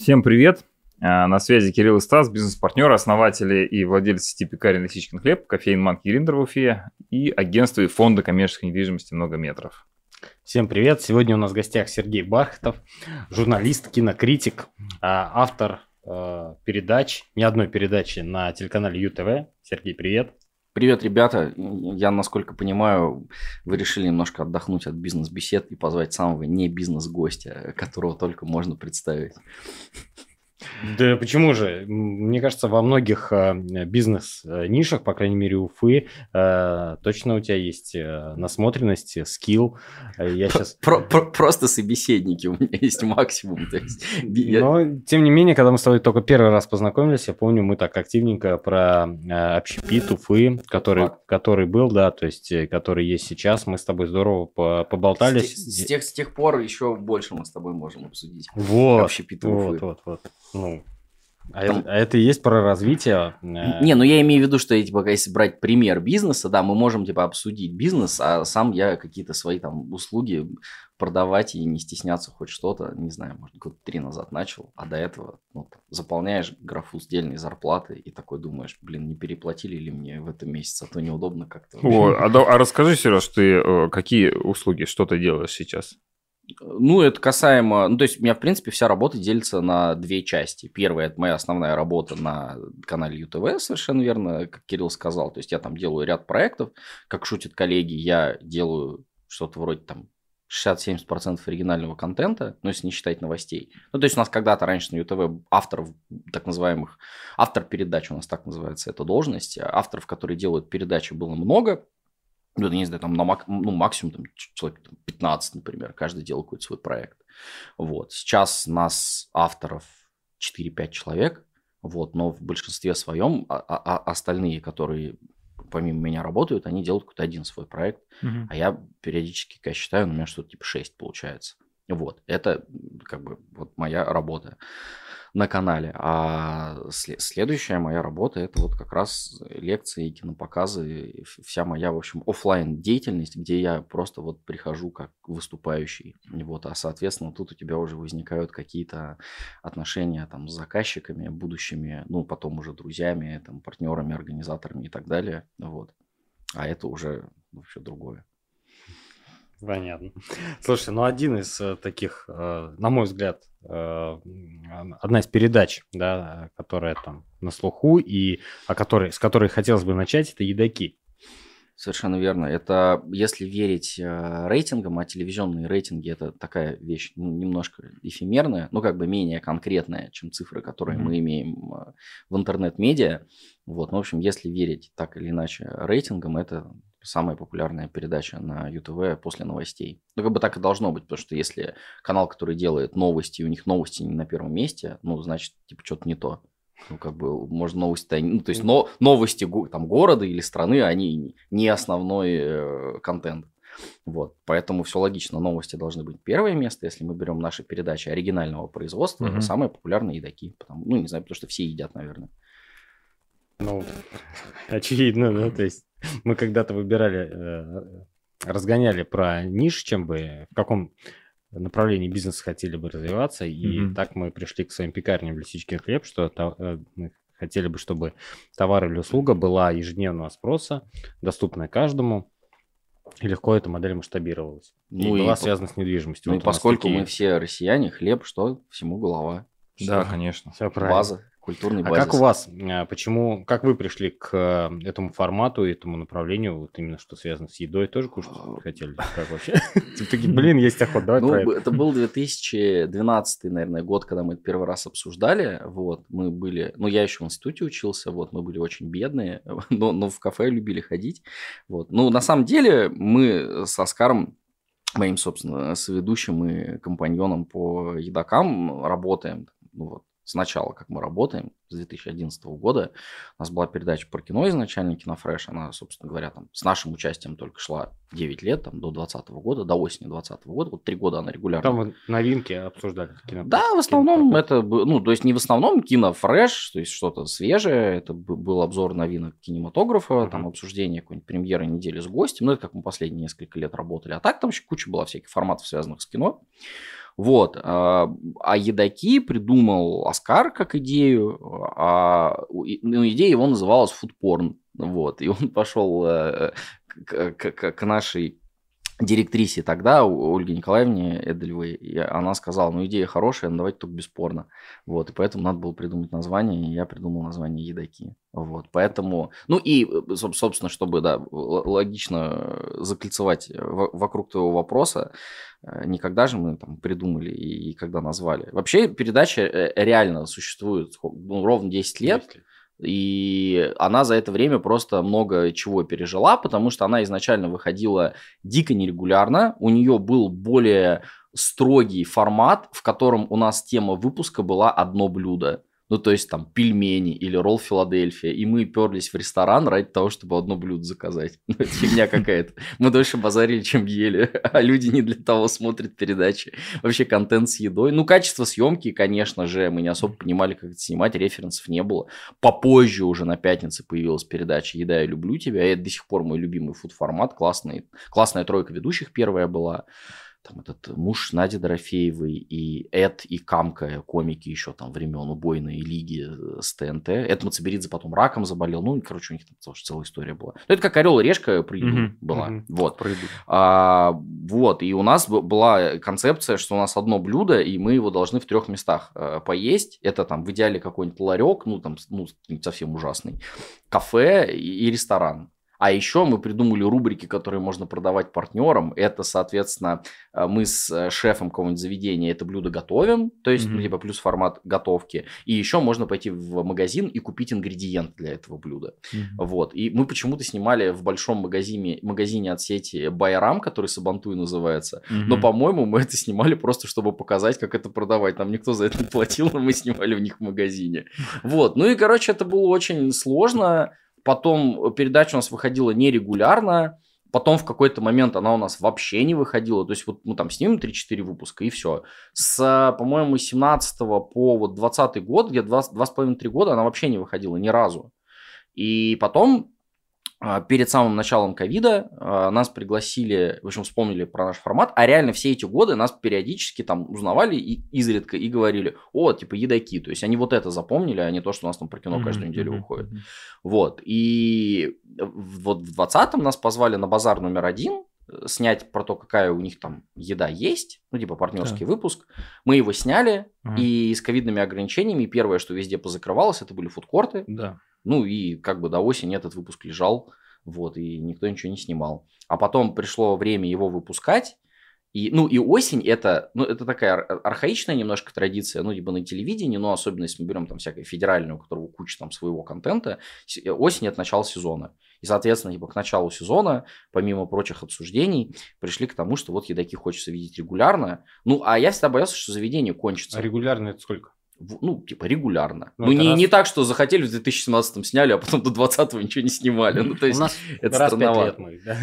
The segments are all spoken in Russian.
Всем привет! На связи Кирилл и Стас, бизнес-партнеры, основатели и владельцы сети пекарен «Лисичкин хлеб», кофеин «Манки Гриндер» в Уфе и агентство и фонда коммерческой недвижимости «Много метров». Всем привет! Сегодня у нас в гостях Сергей Бархатов, журналист, кинокритик, автор передач, не одной передачи на телеканале ЮТВ. Сергей, привет! Привет, ребята. Я, насколько понимаю, вы решили немножко отдохнуть от бизнес-бесед и позвать самого не бизнес-гостя, которого только можно представить. Да почему же? Мне кажется, во многих бизнес-нишах, по крайней мере, Уфы, точно у тебя есть насмотренность, скилл. Я сейчас... Просто собеседники у меня есть максимум. Но, тем не менее, когда мы с тобой только первый раз познакомились, я помню, мы так активненько про общепит Уфы, который был, да, то есть, который есть сейчас, мы с тобой здорово поболтались. С тех пор еще больше мы с тобой можем обсудить. Общепит Уфы. Вот. Ну, это и есть про развитие. Не, ну я имею в виду, что если брать пример бизнеса, да, мы можем обсудить бизнес, а сам я какие-то свои там услуги продавать и не стесняться хоть что-то, не знаю, может, год 3 назад начал, а до этого заполняешь графу сдельной зарплаты и такой думаешь, не переплатили ли мне в этом месяце, а то неудобно как-то. А расскажи, Сереж, ты какие услуги, что ты делаешь сейчас? Это касаемо... то есть у меня, в принципе, вся работа делится на две части. Первая – это моя основная работа на канале ЮТВ, совершенно верно, как Кирилл сказал. То есть я там делаю ряд проектов, как шутят коллеги, я делаю что-то вроде там 60-70% оригинального контента, если не считать новостей. То есть у нас когда-то раньше на ЮТВ авторов, так называемых, автор передач у нас так называется эта должность, авторов, которые делают передачи, было много. Не знаю, там максимум человек 15, например, каждый делал какой-то свой проект. Сейчас нас авторов 4-5 человек, но в большинстве своем остальные, которые помимо меня работают, они делают какой-то один свой проект, а я периодически, когда считаю, у меня что-то типа 6 получается. Это моя работа на канале. А следующая моя работа – это как раз лекции, кинопоказы, вся моя, в общем, офлайн деятельность, где я просто прихожу как выступающий. А соответственно, тут у тебя уже возникают какие-то отношения там с заказчиками будущими, потом уже друзьями, там, партнерами, организаторами и так далее. А это уже вообще другое. Понятно. Слушай, один из таких, на мой взгляд, одна из передач, да, которая там на слуху и с которой хотелось бы начать, это «Едоки». Совершенно верно. Это, если верить рейтингам, а телевизионные рейтинги – это такая вещь немножко эфемерная, менее конкретная, чем цифры, которые мы имеем в интернет-медиа. В общем, если верить так или иначе рейтингам, это самая популярная передача на ЮТВ после новостей. Так и должно быть, потому что если канал, который делает новости, у них новости не на первом месте, значит, что-то не то. Может, новости, то есть новости там города или страны, они не основной контент. Поэтому все логично, новости должны быть первое место. Если мы берем наши передачи оригинального производства, самые популярные едоки. Не знаю, потому что все едят, наверное. Очевидно, да, то есть мы когда-то выбирали, разгоняли про ниш, в каком направлении бизнеса хотели бы развиваться, и так мы пришли к своим пекарням «Лисичкин хлеб», что мы хотели бы, чтобы товар или услуга была ежедневного спроса, доступная каждому, и легко эта модель масштабировалась. И была связана с недвижимостью. И поскольку мы все россияне, хлеб, что всему голова. Да, конечно. Все правильно. База. Культурный базис. А как у вас, как вы пришли к этому формату, этому направлению, именно что связано с едой, тоже кушать хотели? Как вообще? Есть охота, давай про это. Это был 2012, наверное, год, когда мы это первый раз обсуждали. Мы были, я еще в институте учился, мы были очень бедные, но в кафе любили ходить. На самом деле мы с Оскаром, моим, собственно, соведущим и компаньоном по едокам работаем, сначала, как мы работаем, с 2011 года, у нас была передача про кино изначально, Кинофреш, она, собственно говоря, там, с нашим участием только шла 9 лет, там, до 2020 года, до осени 2020 года, 3 года она регулярно. Там вы новинки обсуждали? Да, в основном это, то есть не в основном Кинофреш, то есть что-то свежее, это был обзор новинок кинематографа, там, обсуждение какой-нибудь премьеры недели с гостем, это как мы последние несколько лет работали, а так там еще куча была всяких форматов, связанных с кино. Вот. А едоки придумал Оскар как идею, идея его называлась фудпорн. Вот. И он пошел к нашей директрисе тогда, Ольге Николаевне Эдельевой, и она сказала, идея хорошая, но давайте только без порно. Вот, и поэтому надо было придумать название, и я придумал название «Едоки». Вот, поэтому, собственно, чтобы, логично закольцевать вокруг твоего вопроса, никогда же мы там придумали и когда назвали. Вообще передача реально существует ровно 10 лет. И она за это время просто много чего пережила, потому что она изначально выходила дико нерегулярно. У нее был более строгий формат, в котором у нас тема выпуска была одно блюдо. То есть там пельмени или ролл Филадельфия. И мы перлись в ресторан ради того, чтобы одно блюдо заказать. Это фигня какая-то. Мы дольше базарили, чем ели. А люди не для того смотрят передачи. Вообще контент с едой. Качество съемки, конечно же, мы не особо понимали, как это снимать. Референсов не было. Попозже уже на пятнице появилась передача «Еда, я люблю тебя». И это до сих пор мой любимый фуд-формат. Классная тройка ведущих первая была. Там этот муж Нади Дорофеевой и Эд, и Камка, комики еще там времен убойной лиги с ТНТ. Эд Мацеберидзе потом раком заболел. У них там тоже целая история была. Это как «Орел и решка» про еду была. Вот. Вот. И у нас была концепция, что у нас одно блюдо, и мы его должны в 3 местах поесть. Это там в идеале какой-нибудь ларек, совсем ужасный, кафе и ресторан. А еще мы придумали рубрики, которые можно продавать партнерам. Это, соответственно, мы с шефом какого-нибудь заведения это блюдо готовим, то есть либо плюс формат готовки. И еще можно пойти в магазин и купить ингредиент для этого блюда. Вот. И мы почему-то снимали в большом магазине от сети Байрам, который Сабантуй называется. Но, по-моему, мы это снимали просто, чтобы показать, как это продавать. Нам никто за это не платил, но мы снимали в них в магазине. Вот. Это было очень сложно. Потом передача у нас выходила нерегулярно, потом в какой-то момент она у нас вообще не выходила, то есть мы там снимем 3-4 выпуска и все. По-моему, с 17 по 20 год, где-то 2,5-3 года она вообще не выходила ни разу. И потом, перед самым началом ковида, нас пригласили, в общем, вспомнили про наш формат, а реально все эти годы нас периодически там узнавали изредка и говорили, едоки, то есть они вот это запомнили, а не то, что у нас там про кино каждую неделю выходит. Вот, и вот в 20-м нас позвали на базар номер 1, снять про то, какая у них там еда есть, партнерский выпуск. Мы его сняли, и с ковидными ограничениями первое, что везде позакрывалось, это были фудкорты. Да. И до осени этот выпуск лежал, и никто ничего не снимал. А потом пришло время его выпускать, и осень это такая архаичная немножко традиция, на телевидении, но особенно если мы берем там всякое федеральное, у которого куча там своего контента, осень это начало сезона. И, соответственно, к началу сезона, помимо прочих обсуждений, пришли к тому, что едоки хочется видеть регулярно. А я всегда боялся, что заведение кончится. А регулярно это сколько? Регулярно. Не так, что захотели в 2017-м сняли, а потом до 2020-го ничего не снимали. То есть, у нас это раз в 5 странновато. лет мы, да?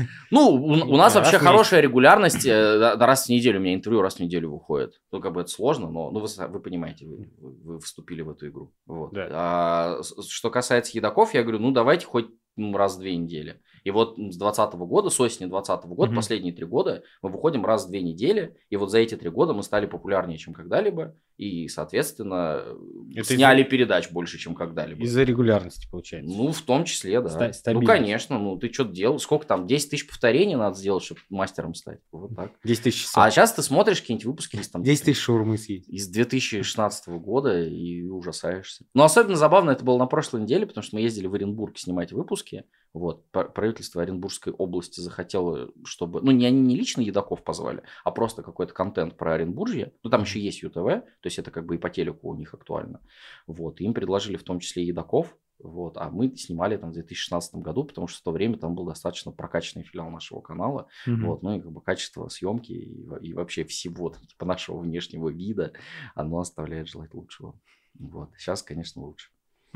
У нас вообще хорошая регулярность. Раз в неделю. У меня интервью раз в неделю выходит. Это сложно, но вы понимаете, вы вступили в эту игру. Вот. Да. Что касается едоков, я говорю, давайте хоть раз в 2 недели. И с 2020 года, с осени 2020 года, последние 3 года, мы выходим раз в 2 недели. И за эти 3 года мы стали популярнее, чем когда-либо. И, соответственно, сняли передач больше, чем когда-либо. Из-за регулярности, получается. В том числе, да. Конечно. Ты что-то делал. Сколько там? 10 тысяч повторений надо сделать, чтобы мастером стать. Вот так. 10 тысяч часов. А сейчас ты смотришь какие-нибудь выпуски из 10 тысяч шаурмы съесть. Из 2016 года и ужасаешься. Но особенно забавно это было на прошлой неделе, потому что мы ездили в Оренбург снимать выпуски. Правительство Оренбургской области захотело, чтобы... они не лично едоков позвали, а просто какой-то контент про Оренбуржье. Там еще есть ЮТВ, то есть это и по телеку у них актуально. Им предложили в том числе едоков. А мы снимали там в 2016 году, потому что в то время там был достаточно прокачанный филиал нашего канала. И качество съемки и вообще всего нашего внешнего вида, оно оставляет желать лучшего. Сейчас, конечно, лучше.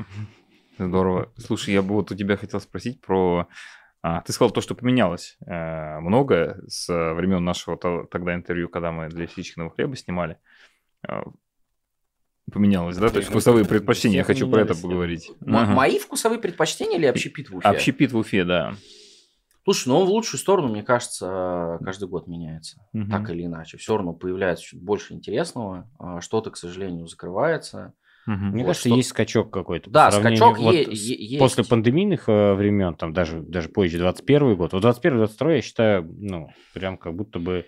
Здорово. Слушай, я бы у тебя хотел спросить про... Ты сказал то, что поменялось много с времен нашего тогда интервью, когда мы для «Сечкиного хлеба» снимали. Поменялось, да? То есть вкусовые предпочтения. Я хочу про это поговорить. Мои вкусовые предпочтения или общепит в Уфе? Общепит в Уфе, да. Слушай, ну он в лучшую сторону, мне кажется, каждый год меняется, так или иначе. Все равно появляется чуть больше интересного, что-то, к сожалению, закрывается. Мне кажется, есть скачок какой-то. Да, скачок есть. После пандемийных времен, там даже позже, 21 год. Вот 21-22, я считаю, ну, прям как будто бы...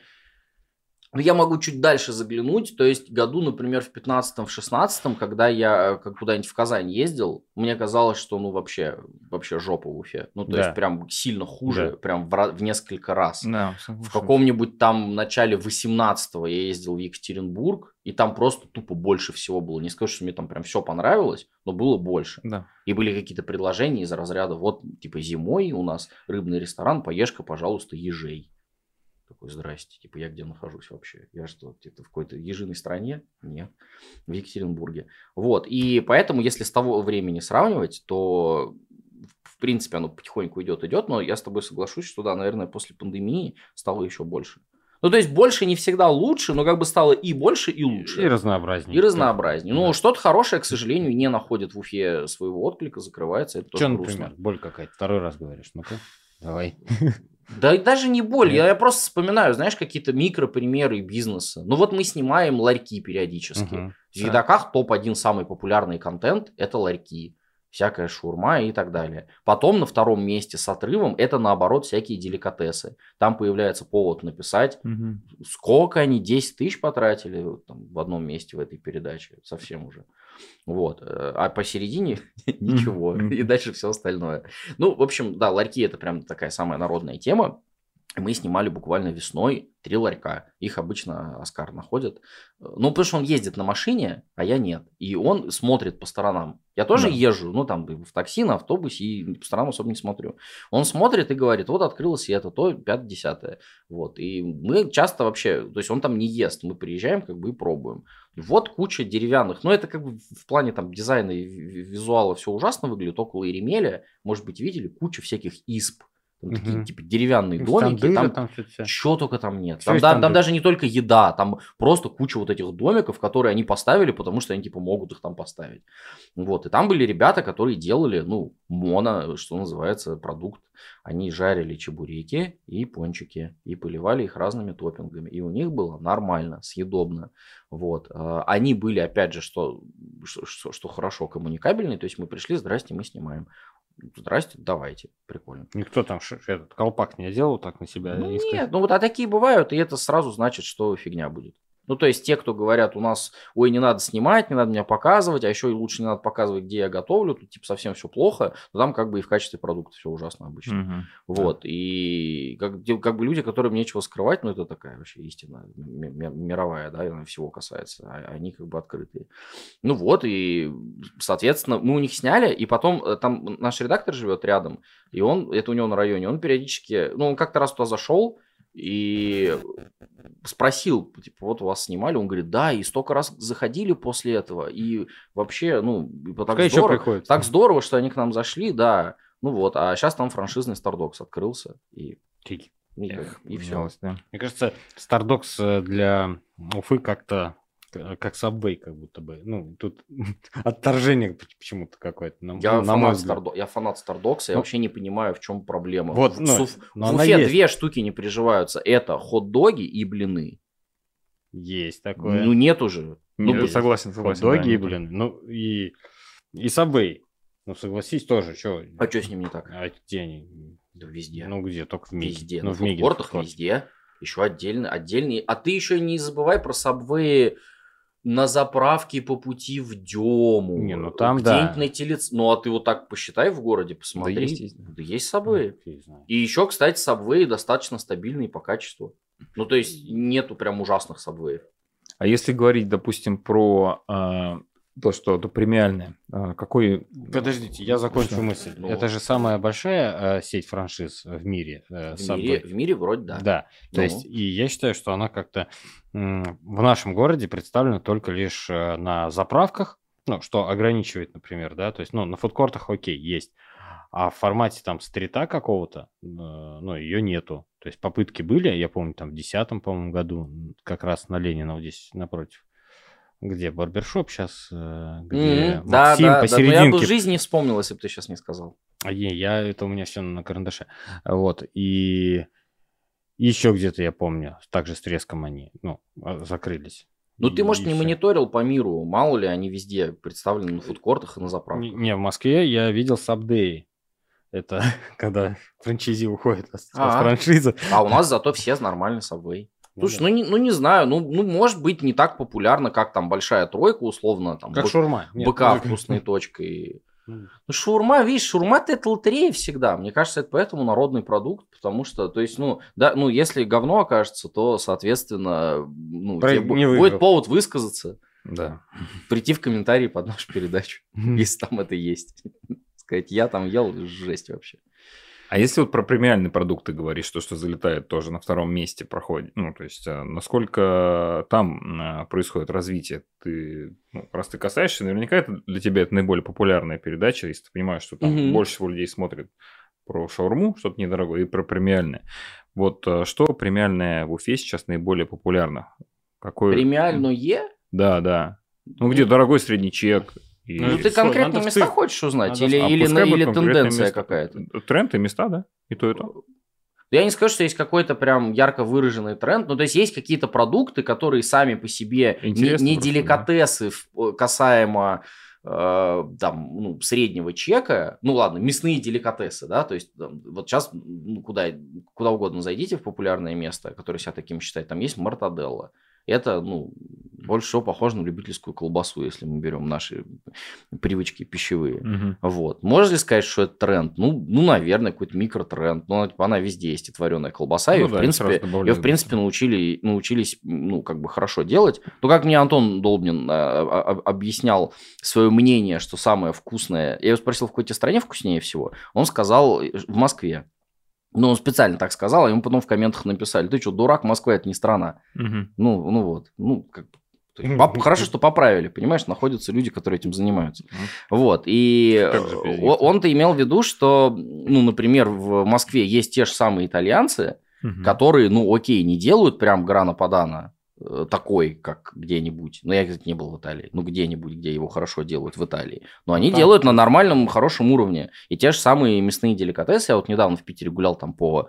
Ну, я могу чуть дальше заглянуть, то есть году, например, в 15-м, в 16-м, когда я куда-нибудь в Казань ездил, мне казалось, что, ну, вообще жопа в Уфе. Ну, то есть прям сильно хуже, прям в несколько раз. Да, в каком-нибудь там начале 18-го я ездил в Екатеринбург, и там просто тупо больше всего было. Не скажу, что мне там прям все понравилось, но было больше. Да. И были какие-то предложения из разряда, вот, типа, зимой у нас рыбный ресторан, поешь-ка, пожалуйста, ежей. Такой, здрасте, типа, я где нахожусь вообще? Я что, где-то в какой-то ежиной стране? Нет, в Екатеринбурге. Вот, и поэтому, если с того времени сравнивать, то, в принципе, оно потихоньку идет, но я с тобой соглашусь, что, да, наверное, после пандемии стало еще больше. Ну, то есть, больше не всегда лучше, но как бы стало и больше, и лучше. И разнообразнее. И разнообразнее. Ну, что-то хорошее, к сожалению, не находит в Уфе своего отклика, закрывается, это тоже грустно. Например, боль какая-то? Второй раз говоришь, ну-ка, давай. Да и даже не боль, я просто вспоминаю, знаешь, какие-то микропримеры бизнеса. Ну вот мы снимаем ларьки периодически. В Едоках топ-1 самый популярный контент – это ларьки. Всякая шаурма и так далее. Потом на втором месте с отрывом это, наоборот, всякие деликатесы. Там появляется повод написать, сколько они, 10 тысяч потратили там, в одном месте в этой передаче. Совсем уже. Вот. А посередине ничего. И дальше все остальное. Ну, в общем, да, ларьки это прям такая самая народная тема. Мы снимали буквально весной 3 ларька. Их обычно Оскар находит. Ну, потому что он ездит на машине, а я нет. И он смотрит по сторонам. Я тоже езжу, ну, там, в такси, на автобусе, и по сторонам особо не смотрю. Он смотрит и говорит, вот открылось это, то, 5-10. Вот. И мы часто вообще, то есть он там не ест. Мы приезжаем, как бы, и пробуем. Вот куча деревянных. Ну, это как бы в плане там дизайна и визуала все ужасно выглядит. Около Иеремеля, может быть, видели, куча всяких исп. Там такие типа деревянные домики, там что только там нет. Там даже не только еда, там просто куча вот этих домиков, которые они поставили, потому что они типа могут их там поставить. Вот, и там были ребята, которые делали, ну, что называется, продукт. Они жарили чебуреки и пончики, и поливали их разными топпингами. И у них было нормально, съедобно. Вот. Они были, опять же, что хорошо, коммуникабельные. То есть мы пришли, здрасте, мы снимаем. Здрасте, давайте, прикольно. Никто там этот колпак не делал так на себя? Ну, нет, ну вот такие бывают, и это сразу значит, что фигня будет. Ну, то есть те, кто говорят, у нас, ой, не надо снимать, не надо меня показывать, а еще и лучше не надо показывать, где я готовлю, тут типа совсем все плохо, но там как бы и в качестве продукта все ужасно обычно. Вот, и как бы люди, которым нечего скрывать, ну, это такая вообще истина мировая, да, она всего касается, они как бы открытые. Ну вот, и, соответственно, мы у них сняли, и потом там наш редактор живет рядом, и это у него на районе, он периодически, ну, он как-то раз туда зашел, и спросил, типа, вот вас снимали, он говорит, да, и столько раз заходили после этого, и вообще, ну, так здорово, что они к нам зашли, да, ну вот, а сейчас там франшизный Stardogs открылся, и все. Да. Мне кажется, Stardogs для Уфы как-то как Subway, как будто бы. Ну, тут отторжение почему-то какое-то. Я фанат Stardogs, я вообще не понимаю, в чем проблема. Вот, в Уфе 2 штуки не приживаются. Это хот-доги и блины. Есть такое. Ну, нет уже. Ну, согласен. Хот-доги и блины. Ну, и Subway. Ну, согласись, тоже. А что с ним не так? А где они? Да везде. Ну, где? Только в Меге. Везде. Ну, в фудкортах везде. Еще отдельные. А ты еще не забывай про Subway на заправке по пути в Дему. Не, ну там да. Ну, а ты вот так посчитай в городе, посмотри. Да есть Subway. И еще, кстати, Subway достаточно стабильный по качеству. Ну, то есть, нету прям ужасных Subway. А если говорить, допустим, про то, что это премиальное, какой... Подождите, я закончу мысль. Ну, это же самая большая сеть франшиз в мире. В мире вроде да. Да, то есть, и я считаю, что она как-то в нашем городе представлена только лишь на заправках, ну, что ограничивает, например, да, то есть, ну, на фудкортах окей, есть, а в формате там стрита какого-то, ну, ее нету. То есть попытки были, я помню, там в 2010, по-моему, году, как раз на Ленина вот здесь напротив. где барбершоп сейчас, где Да, Максим да, посерединке. но я бы в жизни не вспомнил, если бы ты сейчас не сказал. Это у меня все на карандаше. Вот, и еще где-то, я помню, также с треском они, закрылись. Ну, ты, может, не всё. мониторил по миру, мало ли они везде представлены на фудкортах и на заправках. Не, в Москве я видел Сабдей. Это когда франчайзи уходит от франшизы. А у нас зато все нормальный Subway. Слушай, да. не знаю, может быть, не так популярно, как там Большая Тройка, условно, там Как шаурма. Нет, БК вкусной точкой. Ну, шаурма, видишь, шаурма-то это лотерея всегда. Мне кажется, это поэтому народный продукт, потому что, то есть, если говно окажется, то, соответственно, тебе будет повод высказаться. Да. Прийти в комментарии под нашу передачу, если там это есть. Сказать, я там ел, жесть вообще. А если вот про премиальный продукт ты говоришь, то, что залетает тоже на втором месте проходит, то есть насколько там происходит развитие? Раз ты касаешься, наверняка для тебя это наиболее популярная передача, если ты понимаешь, что там больше всего людей смотрят про шаурму, что-то недорогое, и про премиальное. Вот что премиальное в Уфе сейчас наиболее популярно? Премиальное? Да. Где дорогой средний чек. Ты конкретные места хочешь узнать? Или тенденция какая-то? Тренд и места, да? И то, и то. Я не скажу, что есть какой-то прям ярко выраженный тренд. То есть есть какие-то продукты, которые сами по себе не деликатесы касаемо среднего чека. Мясные деликатесы, да, то есть вот сейчас куда угодно зайдите в популярное место, которое себя таким считает, там есть мортаделла. Это, больше всего похоже на любительскую колбасу, если мы берем наши привычки пищевые. Вот. Можно ли сказать, что это тренд? Наверное, какой-то микротренд. Она везде есть, и вареная колбаса. Ее, в принципе, научились, хорошо делать. Как мне Антон Долбнин объяснял свое мнение, что самое вкусное... Я его спросил, в какой-то стране вкуснее всего? Он сказал, в Москве. Он специально так сказал, а ему потом в комментах написали: ты что, дурак, Москва это не страна. Хорошо, что поправили, понимаешь, находятся люди, которые этим занимаются. Вот, и он-то имел в виду, что, например, в Москве есть те же самые итальянцы, которые, не делают прям грана падана такой, как где-нибудь. Я, кстати, не был в Италии. Где-нибудь, где его хорошо делают в Италии. Но они делают на нормальном, хорошем уровне. И те же самые мясные деликатесы. Я вот недавно в Питере гулял там по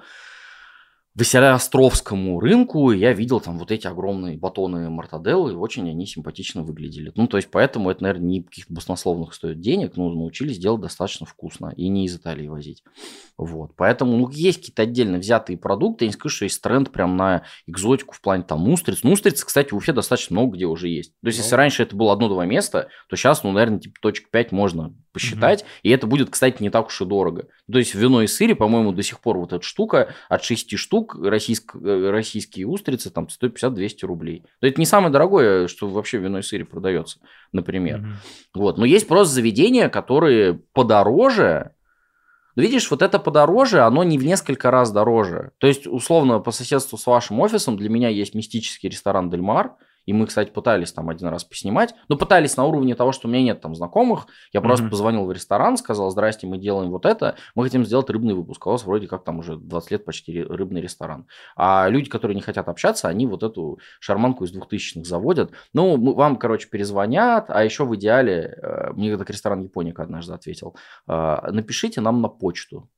Василеостровскому рынку, и я видел там вот эти огромные батоны мортаделлы, и очень они симпатично выглядели. То есть, поэтому это, наверное, не каких-то баснословных стоит денег, но научились делать достаточно вкусно, и не из Италии возить. Вот, поэтому, есть какие-то отдельно взятые продукты, я не скажу, что есть тренд прям на экзотику в плане там устриц. Устрицы, кстати, в Уфе достаточно много где уже есть. То есть, если раньше это было 1-2 места, то сейчас, наверное, точек 5 можно посчитать, и это будет, кстати, не так уж и дорого. То есть, в вино и сыре, по-моему, до сих пор вот эта штука от 6 штук, российские устрицы, там 150-200 рублей. Но это не самое дорогое, что вообще в вино и сыре продается, например. Вот. Но есть просто заведения, которые подороже. Но видишь, вот это подороже, оно не в несколько раз дороже. То есть, условно, по соседству с вашим офисом для меня есть мистический ресторан Дель Мар. И мы, кстати, пытались там один раз поснимать. Пытались на уровне того, что у меня нет там знакомых. Я просто позвонил в ресторан, сказал: здрасте, мы делаем вот это. Мы хотим сделать рыбный выпуск. А у вас вроде как там уже 20 лет почти рыбный ресторан. А люди, которые не хотят общаться, они вот эту шарманку из 2000-х заводят. Вам, перезвонят. А еще в идеале, мне так ресторан Японика однажды ответил: напишите нам на почту.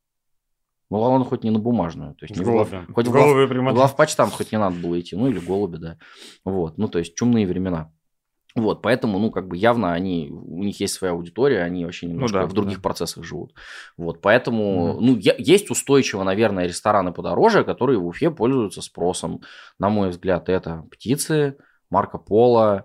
Он хоть не на бумажную. То есть хоть в главпочтамт хоть не надо было идти. Или голуби, да. Вот. То есть чумные времена. Вот. Поэтому, явно у них есть своя аудитория, они вообще немножко в других процессах живут. Вот. Поэтому, есть устойчиво, наверное, рестораны подороже, которые в Уфе пользуются спросом. На мой взгляд, это «Птицы», «Марко Поло»,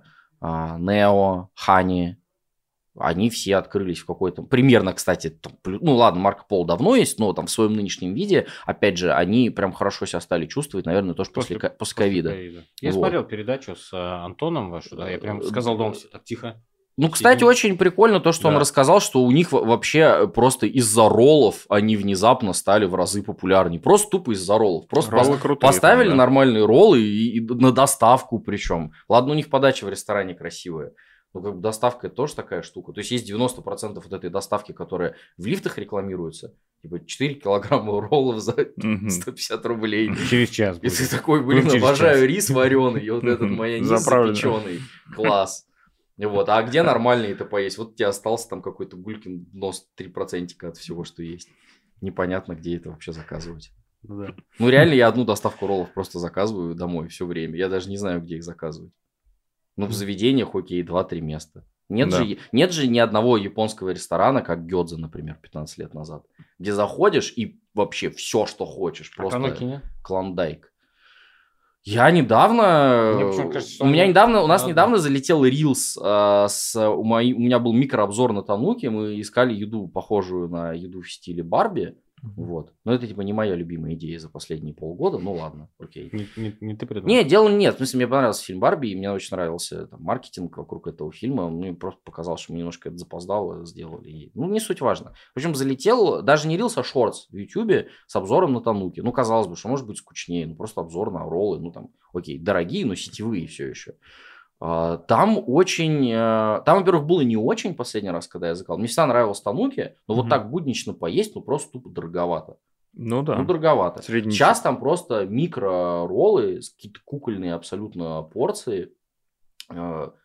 «Нео», «Хани». Они все открылись в какой-то... Примерно, кстати, Марко Поло давно есть, но там в своем нынешнем виде, опять же, они прям хорошо себя стали чувствовать, наверное, тоже после ковида. Я смотрел передачу с Антоном вашу, да, я прям сказал дома все так тихо. Кстати, очень прикольно то, что он рассказал, что у них вообще просто из-за роллов они внезапно стали в разы популярнее. Просто тупо из-за роллов. Просто поставили нормальные роллы и на доставку причем. Ладно, у них подача в ресторане красивая. Доставка – это тоже такая штука. То есть, есть 90% вот этой доставки, которая в лифтах рекламируется. 4 килограмма роллов за 150 рублей. Через час. И ты такой: обожаю рис вареный, и вот этот майонез запеченный. Класс. Вот. А где нормальные-то поесть? Вот тебе остался там какой-то Гулькин нос 3% от всего, что есть. Непонятно, где это вообще заказывать. Да. Ну, реально, я одну доставку роллов просто заказываю домой все время. Я даже не знаю, где их заказывать. Ну, в заведениях, окей, 2-3 места. Нет же ни одного японского ресторана, как Гёдзе, например, 15 лет назад, где заходишь и вообще все, что хочешь. Просто клондайк. Я недавно... У нас недавно залетел рилс. У меня был микрообзор на Тануки. Мы искали еду, похожую на еду в стиле Барби. Вот. Но это типа не моя любимая идея за последние полгода. Ну ладно, окей. Не ты придумал? Нет, дело нет. В смысле, мне понравился фильм Барби, и мне очень нравился там, маркетинг вокруг этого фильма. Мне просто показалось, что мы немножко это запоздало сделали. Ну, не суть важно. В общем, залетел даже не рилс, а шортс в Ютубе с обзором на Тануки. Ну, казалось бы, что может быть скучнее. Ну, просто обзор на роллы. Ну, там, окей, дорогие, но сетевые все еще. Там очень... Там, во-первых, было не очень последний раз, когда я заказал. Мне всегда нравилось Тануки, но вот так буднично поесть, ну, просто тупо дороговато. Ну, да. Ну, дороговато. Средний. Сейчас там просто микро-роллы, какие-то кукольные абсолютно порции. 180-170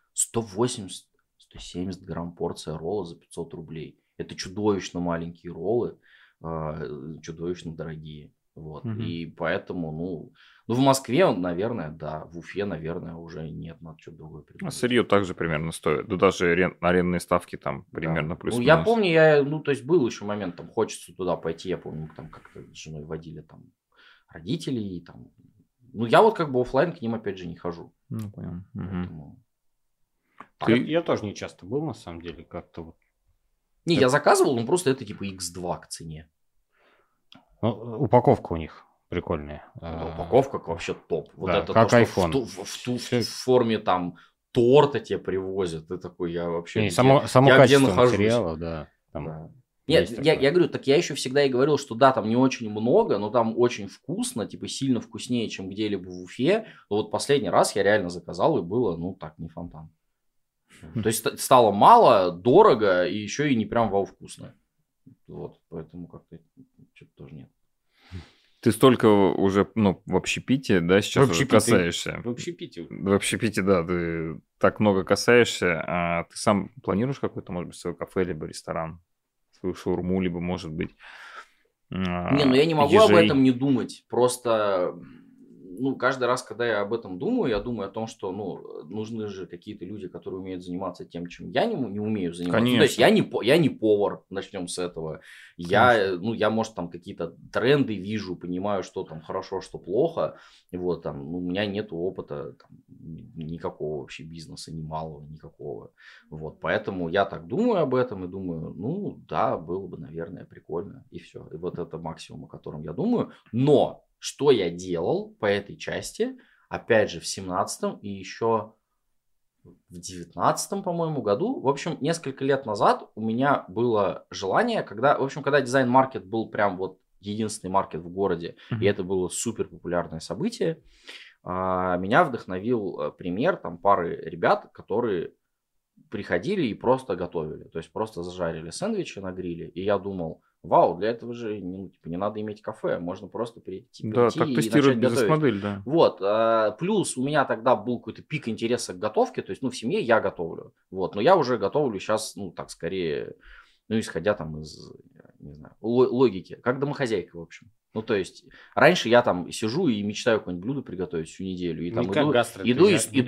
грамм порция ролла за 500 рублей. Это чудовищно маленькие роллы, чудовищно дорогие. Вот. И поэтому, ну, в Москве, наверное, да. В Уфе, наверное, уже нет, надо что-то другое придумать. А сырье также примерно стоит. Да даже арендные ставки там примерно плюс-минус. Ну, я помню, то есть был еще момент, там, хочется туда пойти, я помню, там как-то с женой водили там родителей, там. Ну, я вот как бы офлайн к ним опять же не хожу. Ну, понял. Поэтому... Я тоже не часто был, на самом деле, как-то вот. Не, я заказывал, но просто это типа X2 к цене. Ну, упаковка у них прикольная. Упаковка вообще топ. Вот да, это как то, iPhone. что в форме там торта тебе привозят. Ты такой, я вообще... Не, само качество материала, да. Да. Нет, я говорю, так я еще всегда и говорил, что да, там не очень много, но там очень вкусно, типа сильно вкуснее, чем где-либо в Уфе. Но вот последний раз я реально заказал, и было, ну так, не фонтан. То есть стало мало, дорого, и еще и не прям вау вкусно. Вот, поэтому как-то что-то тоже нет. Ты столько уже, ну, в общепите, да, сейчас уже касаешься. В общепите. В общепите, да, ты так много касаешься. А ты сам планируешь какой-то, может быть, свое кафе, либо ресторан, свою шаурму, либо, может быть, Не, ну я не могу об этом не думать. Просто, ну, каждый раз, когда я об этом думаю, я думаю о том, что, ну, нужны же какие-то люди, которые умеют заниматься тем, чем я не умею заниматься. Ну, то есть я не повар, начнем с этого. Я, может, там какие-то тренды вижу, понимаю, что там хорошо, что плохо. Вот, там, у меня нет опыта там, никакого вообще бизнеса, ни малого, никакого. Вот, поэтому я так думаю об этом и думаю, ну, да, было бы, наверное, прикольно. И все. И вот это максимум, о котором я думаю. Но что я делал по этой части, опять же, в 17-м и еще в 19-м, по-моему, году. В общем, несколько лет назад у меня было желание, когда дизайн-маркет был прям вот единственный маркет в городе, и это было супер популярное событие, меня вдохновил пример там пары ребят, которые приходили и просто готовили. То есть просто зажарили сэндвичи на гриле, и я думал, вау, для этого же не надо иметь кафе, можно просто прийти так и тестировать начать бизнес-модель, да. Вот, плюс у меня тогда был какой-то пик интереса к готовке, то есть, ну, в семье я готовлю, вот, но я уже готовлю сейчас, ну, так, скорее, ну, исходя там из, не знаю, логики, как домохозяйка, в общем. Ну, то есть, раньше я там сижу и мечтаю какое-нибудь блюдо приготовить всю неделю. И там иду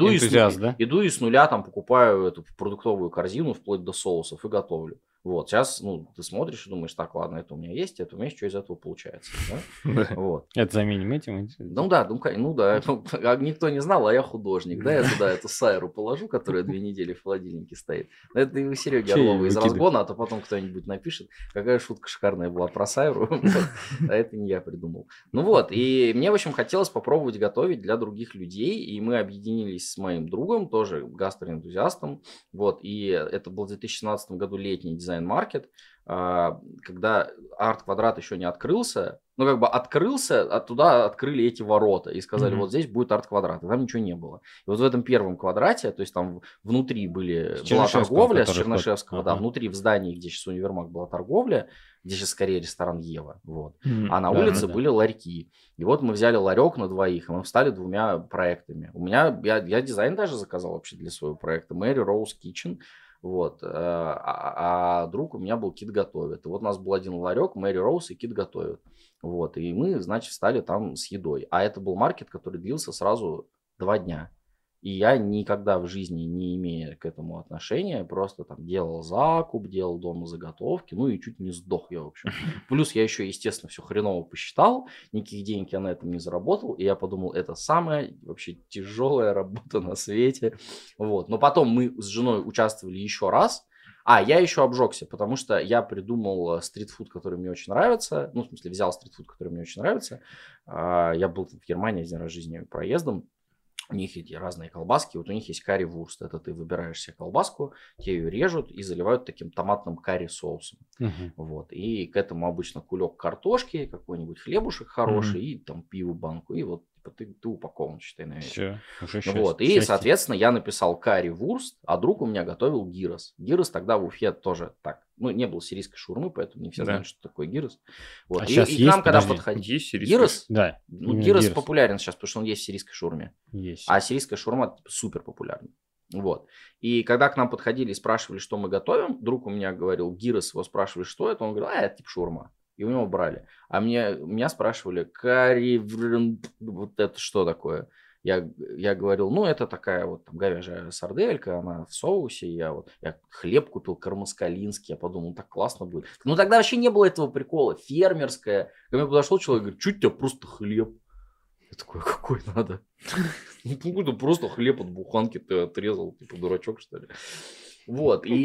и с нуля там покупаю эту продуктовую корзину вплоть до соусов и готовлю. Вот, сейчас, ну, ты смотришь и думаешь, так, ладно, это у меня есть, что из этого получается. Да? Вот. Это заменим этим? Ну да, никто не знал, а я художник. Да, я туда эту сайру положу, которая 2 недели в холодильнике стоит. Это и у Сереги Орлова из разгона, а то потом кто-нибудь напишет, какая шутка шикарная была про сайру, а это не я придумал. Ну вот, и мне, в общем, хотелось попробовать готовить для других людей, и мы объединились с моим другом, тоже гастроэнтузиастом, вот, и это был в 2017 году летний дизайн-маркет, когда Арт-Квадрат еще не открылся, ну, как бы открылся, оттуда открыли эти ворота и сказали, вот здесь будет арт-квадрат, и там ничего не было. И вот в этом первом квадрате, то есть там внутри была торговля с Чернышевского, да, внутри в здании, где сейчас универмаг, была торговля, где сейчас скорее ресторан Ева, вот. А на улице были ларьки. И вот мы взяли ларек на двоих, и мы встали 2 проектами. У меня, я дизайн даже заказал вообще для своего проекта, Mary Rose Kitchen, вот. А друг у меня был Кит готовит. И вот у нас был один ларек, Mary Rose и Кит готовит. Вот. И мы, значит, встали там с едой. А это был маркет, который длился сразу 2 дня. И я никогда в жизни, не имея к этому отношения, просто там делал закуп, делал дома заготовки, ну и чуть не сдох я, в общем. Плюс я еще, естественно, все хреново посчитал, никаких денег я на этом не заработал, и я подумал, это самая вообще тяжелая работа на свете. Вот. Но потом мы с женой участвовали еще раз. Я еще обжегся, потому что я придумал стритфуд, который мне очень нравится. Ну, в смысле, взял стритфуд, который мне очень нравится. Я был в Германии один раз в жизни проездом. У них эти разные колбаски, вот у них есть карри-вурст, это ты выбираешь себе колбаску, тебе ее режут и заливают таким томатным карри-соусом. Вот. И к этому обычно кулек картошки, какой-нибудь хлебушек хороший и там пиво банку, и вот ты упакован, считай, на вечер. Вот. И, соответственно, я написал карри-вурст, а друг у меня готовил гирос. Гирос тогда в Уфе тоже так, не было сирийской шаурмы, поэтому не все знают, что такое гирос. Вот. И к нам, когда подходили... Гирос? Да. Гирос популярен сейчас, потому что он есть в сирийской шаурме. Есть. А сирийская шаурма супер популярна. Вот. И когда к нам подходили и спрашивали, что мы готовим, друг у меня говорил гирос, его спрашивали, что это, он говорил, это типа шаурма. И у него брали. А меня спрашивали, карри, вот это что такое? Я говорил, это такая вот там говяжья сарделька, она в соусе. Я хлеб купил кармаскалинский, я подумал, так классно будет. Тогда вообще не было этого прикола, фермерское. Ко мне подошел человек, говорит, что у тебя просто хлеб? Я такой, какой надо? Какой-то просто хлеб от буханки ты отрезал, типа дурачок, что ли? Вот, и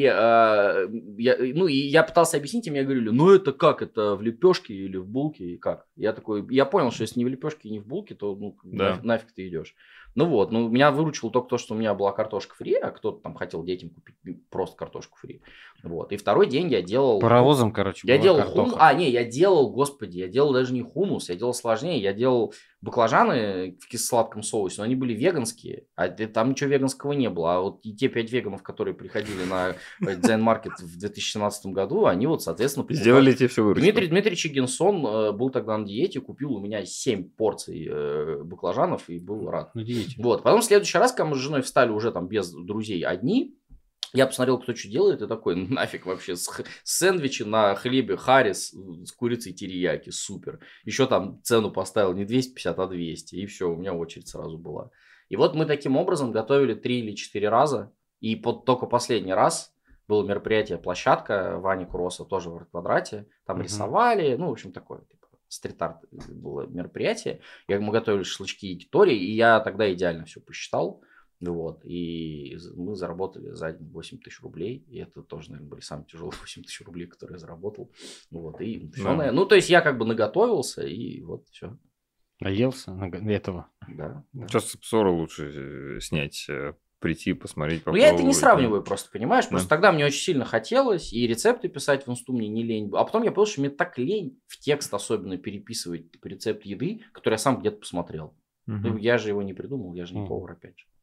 я пытался объяснить им, я говорю, это как, это в лепешке или в булке, и как? Я понял, что если не в лепешке и не в булке, то нафиг ты идешь. Меня выручило только то, что у меня была картошка фри, а кто-то там хотел детям купить просто картошку фри. Вот, и второй день я делал... Паровозом, короче, я делал хумус, я делал даже не хумус, я делал сложнее, я делал баклажаны в кисло-сладком соусе, но они были веганские, а там ничего веганского не было. А вот и те 5 веганов, которые приходили на Дзен Маркет в 2017 году, они соответственно... Сделали тебе все выручку. Дмитрий Чигинсон был тогда на диете, купил у меня 7 порций баклажанов и был рад. Вот. Потом в следующий раз, когда мы с женой встали уже там без друзей одни, я посмотрел, кто что делает, и такой, нафиг вообще, сэндвичи на хлебе Харрис с курицей терияки, супер. Еще там цену поставил не 250, а 200, и все, у меня очередь сразу была. И вот мы таким образом готовили 3 или 4 раза, и только последний раз было мероприятие «Площадка» Вани Курроса, тоже в арт-квадрате, там рисовали, в общем, такое, типа, стрит-арт было мероприятие. Мы готовили шашлычки и китори, и я тогда идеально все посчитал. Вот, и мы заработали за день 8 тысяч рублей, и это тоже, наверное, были самые тяжелые 8 тысяч рублей, которые я заработал. Вот, и все, то есть я как бы наготовился, и вот все. Наелся этого. Да. Сейчас с обзора лучше снять, прийти, посмотреть, попробовать. Я это не сравниваю просто, понимаешь? Просто тогда мне очень сильно хотелось, и рецепты писать в инсту мне не лень. А потом я понял, что мне так лень в текст особенно переписывать рецепт еды, который я сам где-то посмотрел. Я же его не придумал, я же не повар, опять же.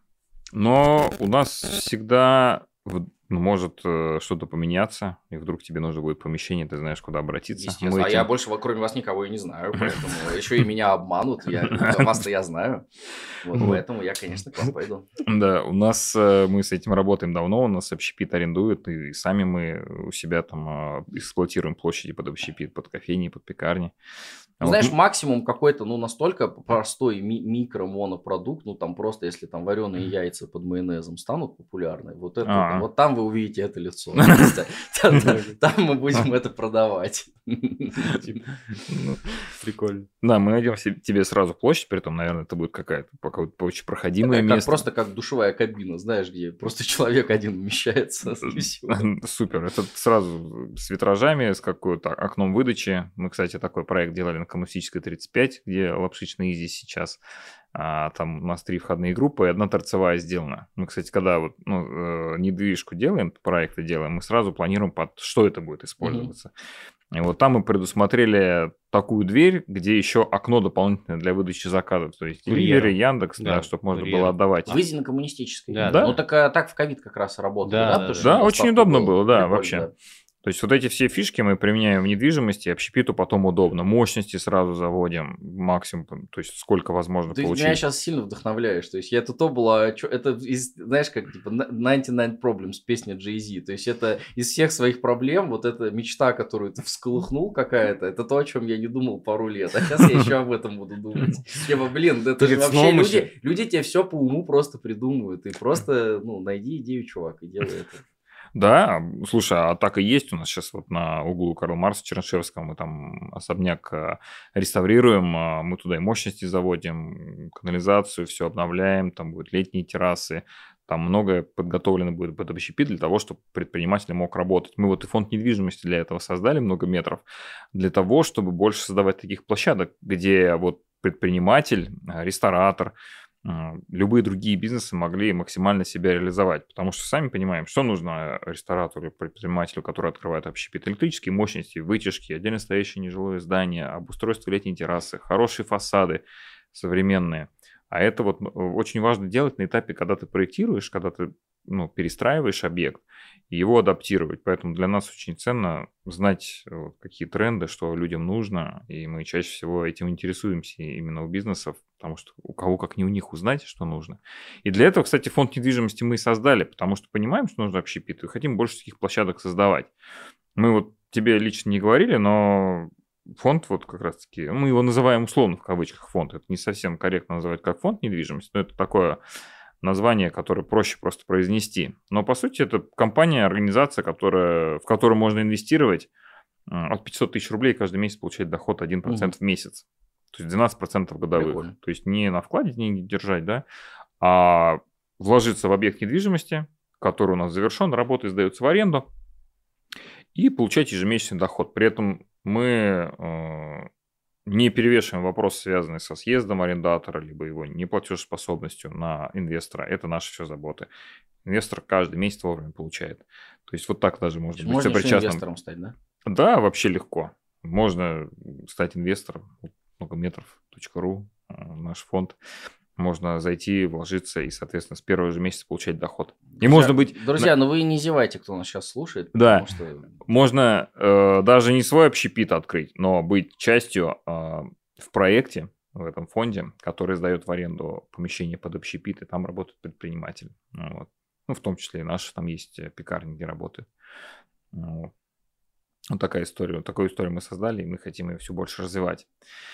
Но у нас всегда может что-то поменяться, и вдруг тебе нужно будет помещение, ты знаешь, куда обратиться. Естественно, я больше, кроме вас, никого и не знаю, поэтому еще и меня обманут, вас-то я знаю, поэтому я, конечно, к вам пойду. Да, мы с этим работаем давно, у нас общепит арендуют, и сами мы у себя там эксплуатируем площади под общепит, под кофейни, под пекарни. Знаешь, максимум какой-то, настолько простой микро-монопродукт, там просто, если там вареные яйца под майонезом станут популярны, вот там вы увидите это лицо. Там мы будем это продавать. Прикольно. Да, мы найдем тебе сразу площадь, при этом, наверное, это будет какая-то очень проходимое место. Просто как душевая кабина, знаешь, где просто человек один вмещается. Супер. Это сразу с витражами, с какой-то окном выдачи. Мы, кстати, такой проект делали на Коммунистической 35, где лапшичный изи сейчас. Там у нас 3 входные группы, и 1 торцевая сделана. Мы, кстати, когда недвижку делаем, проекты делаем, мы сразу планируем, под что это будет использоваться. И вот там мы предусмотрели такую дверь, где еще окно дополнительное для выдачи заказов. То есть Delivery, Яндекс, да, чтобы можно было отдавать. Выйди на Коммунистической. Да. Ну, так в ковид как раз работало, да? Да, очень удобно было, да, вообще. Да. То есть вот эти все фишки мы применяем в недвижимости, общепиту потом удобно. Мощности сразу заводим максимум, то есть сколько возможно получить. Ты меня сейчас сильно вдохновляешь. То есть это знаешь, как типа 99 Problems, песня Jay-Z. То есть это из всех своих проблем, вот эта мечта, которую ты всколыхнул какая-то, это то, о чем я не думал пару лет. А сейчас я еще об этом буду думать. Типа, это же вообще люди тебе все по уму просто придумывают. И просто, найди идею, чувак, и делай это. Да, слушай, а так и есть у нас сейчас вот на углу Карла Маркса, Чернышевского, мы там особняк реставрируем, мы туда и мощности заводим, канализацию, все обновляем, там будут летние террасы, там многое подготовлено будет под общепит для того, чтобы предприниматель мог работать. Мы вот и фонд недвижимости для этого создали, много метров, для того, чтобы больше создавать таких площадок, где вот предприниматель, ресторатор, любые другие бизнесы могли максимально себя реализовать. Потому что сами понимаем, что нужно ресторатору, предпринимателю, который открывает общепит. Электрические мощности, вытяжки, отдельно стоящее нежилое здание, обустройство летней террасы, хорошие фасады современные. А это вот очень важно делать на этапе, когда ты проектируешь, когда ты перестраиваешь объект, и его адаптировать. Поэтому для нас очень ценно знать, какие тренды, что людям нужно, и мы чаще всего этим интересуемся именно у бизнесов, потому что у кого как не у них узнать, что нужно. И для этого, кстати, фонд недвижимости мы и создали, потому что понимаем, что нужно общепит, и хотим больше таких площадок создавать. Мы вот тебе лично не говорили, но фонд вот как раз-таки, мы его называем условно в кавычках фонд, это не совсем корректно называть как фонд недвижимости, но это такое название, которое проще просто произнести. Но, по сути, это компания, организация, в которую можно инвестировать от 500 тысяч рублей каждый месяц получать доход 1% в месяц. То есть 12% годовых. Прикольно. То есть не на вкладе деньги держать, да, а вложиться в объект недвижимости, который у нас завершен, работа сдается в аренду, и получать ежемесячный доход. При этом мы не перевешиваем вопрос, связанный со съездом арендатора, либо его неплатежеспособностью на инвестора. Это наши все заботы. Инвестор каждый месяц вовремя получает. То есть вот так даже можно быть сопричастным. Инвестором стать, да? Да, вообще легко. Можно стать инвестором. Многометров.ру, наш фонд. Можно зайти, вложиться и, соответственно, с первого же месяца получать доход. И можно быть... Друзья, вы не зевайте, кто нас сейчас слушает. Да, можно даже не свой общепит открыть, но быть частью в проекте, в этом фонде, который сдает в аренду помещение под общепит, и там работают предприниматели. Вот. В том числе и наши, там есть пекарни, где работают. Вот такая история. Такую историю мы создали, и мы хотим ее все больше развивать.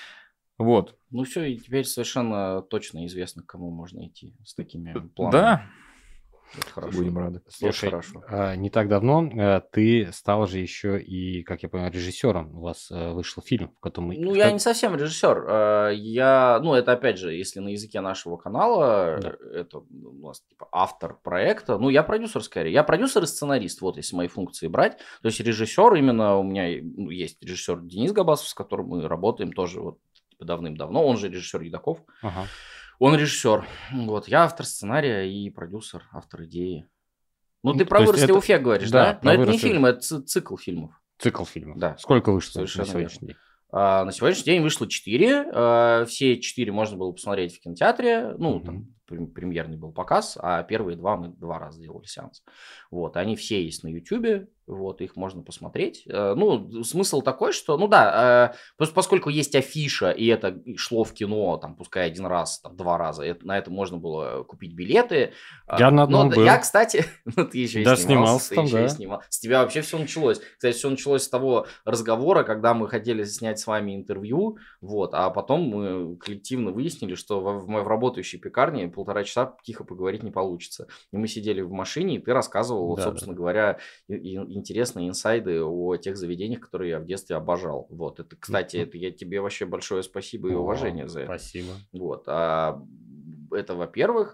Вот. Все, и теперь совершенно точно известно, к кому можно идти с такими планами. Да. Это хорошо. Будем рады. Слушай, не так давно ты стал же еще и, как я понимаю, режиссером. У вас вышел фильм, в котором... я не совсем режиссер. Это опять же, если на языке нашего канала, это у нас типа автор проекта. Я продюсер скорее. Я продюсер и сценарист, вот если мои функции брать. То есть режиссер именно, у меня есть режиссер Денис Габасов, с которым мы работаем тоже вот давным-давно. Он же режиссер Едаков. Ага. Он режиссер. Вот, я автор сценария и продюсер, автор идеи. Ты про «Выросли в Уфе» говоришь, да? Но это не фильм, это цикл фильмов. Цикл фильмов. Да. Сколько вышло Совершенно на сегодняшний день? На сегодняшний день вышло 4. Все 4 можно было посмотреть в кинотеатре. Там премьерный был показ, а первые 2 мы 2 раза делали сеанс. Вот, они все есть на YouTube. Вот, их можно посмотреть. Смысл такой, что, поскольку есть афиша, и это шло в кино, там, пускай 1 раз, там, 2 раза, на это можно было купить билеты. Я на одном был. Я, кстати, ты еще и снимался там, да. С тебя вообще все началось. Кстати, все началось с того разговора, когда мы хотели снять с вами интервью, вот, а потом мы коллективно выяснили, что в работающей пекарне 1,5 часа тихо поговорить не получится. И мы сидели в машине, и ты рассказывал, собственно говоря, интересные инсайды о тех заведениях, которые я в детстве обожал. Вот, это, кстати, я тебе вообще большое спасибо и уважение за это. Спасибо. Вот, это во-первых.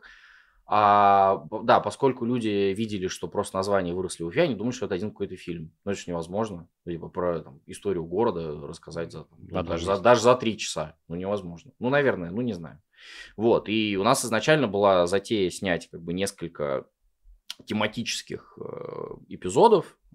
Да, поскольку люди видели, что просто название «Выросли в Уфе», они думают, что это один какой-то фильм. Это же невозможно. Либо про историю города рассказать даже за 3 часа. Невозможно. Наверное, не знаю. Вот, и у нас изначально была затея снять несколько тематических эпизодов,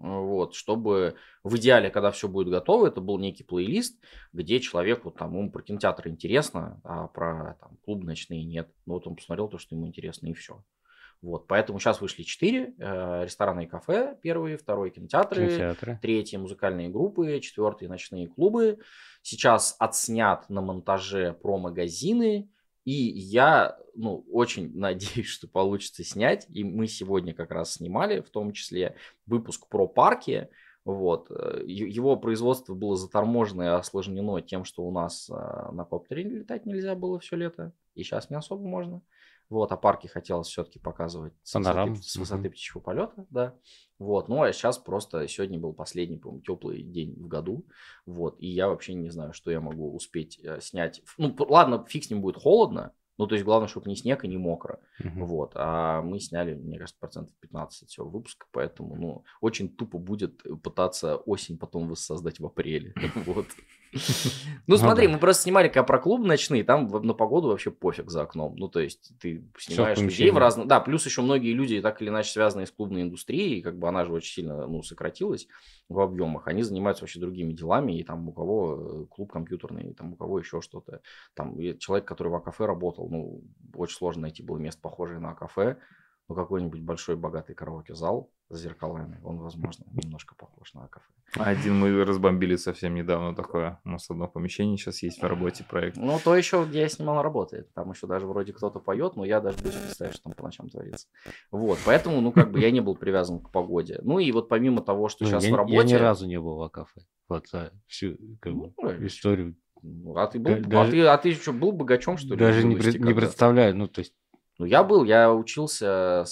Вот, чтобы в идеале, когда все будет готово, это был некий плейлист, где человеку там, ему про кинотеатры интересно, а про там, клубы ночные нет. Ну вот он посмотрел то, что ему интересно, и все. Вот, поэтому сейчас вышли 4 ресторана и кафе, первый, второй кинотеатры, третий музыкальные группы, 4 ночные клубы. Сейчас отснят на монтаже про магазины, и я очень надеюсь, что получится снять, и мы сегодня как раз снимали, в том числе выпуск про парки. Вот. Его производство было заторможено и осложнено тем, что у нас на коптере летать нельзя было все лето, и сейчас не особо можно. Вот, а парки хотелось все-таки показывать с высоты птичьего полета, да. Вот, ну а сейчас просто сегодня был последний, по-моему, теплый день в году, вот, и я вообще не знаю, что я могу успеть снять. Ну, ладно, фиг с ним будет холодно, ну, то есть главное, чтобы не снег и не мокро, вот, а мы сняли, мне кажется, 15% всего выпуска, поэтому, очень тупо будет пытаться осень потом воссоздать в апреле, вот. Ну, смотри, мы просто снимали про клубы ночные, там на погоду вообще пофиг за окном. Ну, то есть, ты снимаешь людей в разных... Да, плюс еще многие люди, так или иначе, связанные с клубной индустрией, как бы она же очень сильно, сократилась в объемах, они занимаются вообще другими делами, и там у кого клуб компьютерный, там у кого еще что-то. Там человек, который в кафе работал, очень сложно найти было место, похожее на кафе, какой-нибудь большой богатый караоке-зал с зеркалами, он, возможно, немножко похож на кафе. Один мы разбомбили совсем недавно такое. У нас одно помещение сейчас есть в работе проект. Ну, то еще, где я снимал, работает. Там еще даже вроде кто-то поет, но я даже боюсь представить, что там по ночам творится. Вот, поэтому, я не был привязан к погоде. Ну, и вот помимо того, что сейчас в работе... Я ни разу не был в кафе. Вот за всю историю. А ты что, был богачом, что ли? Даже не представляю, то есть... Я учился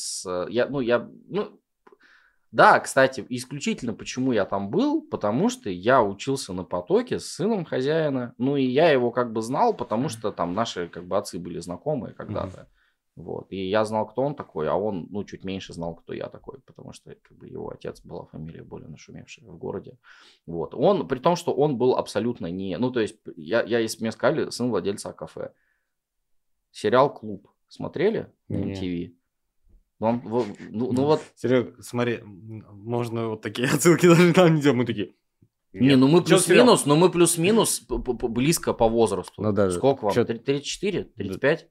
да, кстати, исключительно почему я там был, потому что я учился на потоке с сыном хозяина, и я его знал, потому что там наши отцы были знакомые когда-то, вот, и я знал, кто он такой, а он, чуть меньше знал, кто я такой, потому что его отец была фамилия более нашумевшая в городе, вот, при том, что он был абсолютно не, то есть, если мне сказали, сын владельца кафе, сериал «Клуб» смотрели на MTV? Вот... Серега, смотри, можно вот такие отсылки даже там не делать, мы такие... мы плюс-минус близко по возрасту. Сколько вам? 34? 35?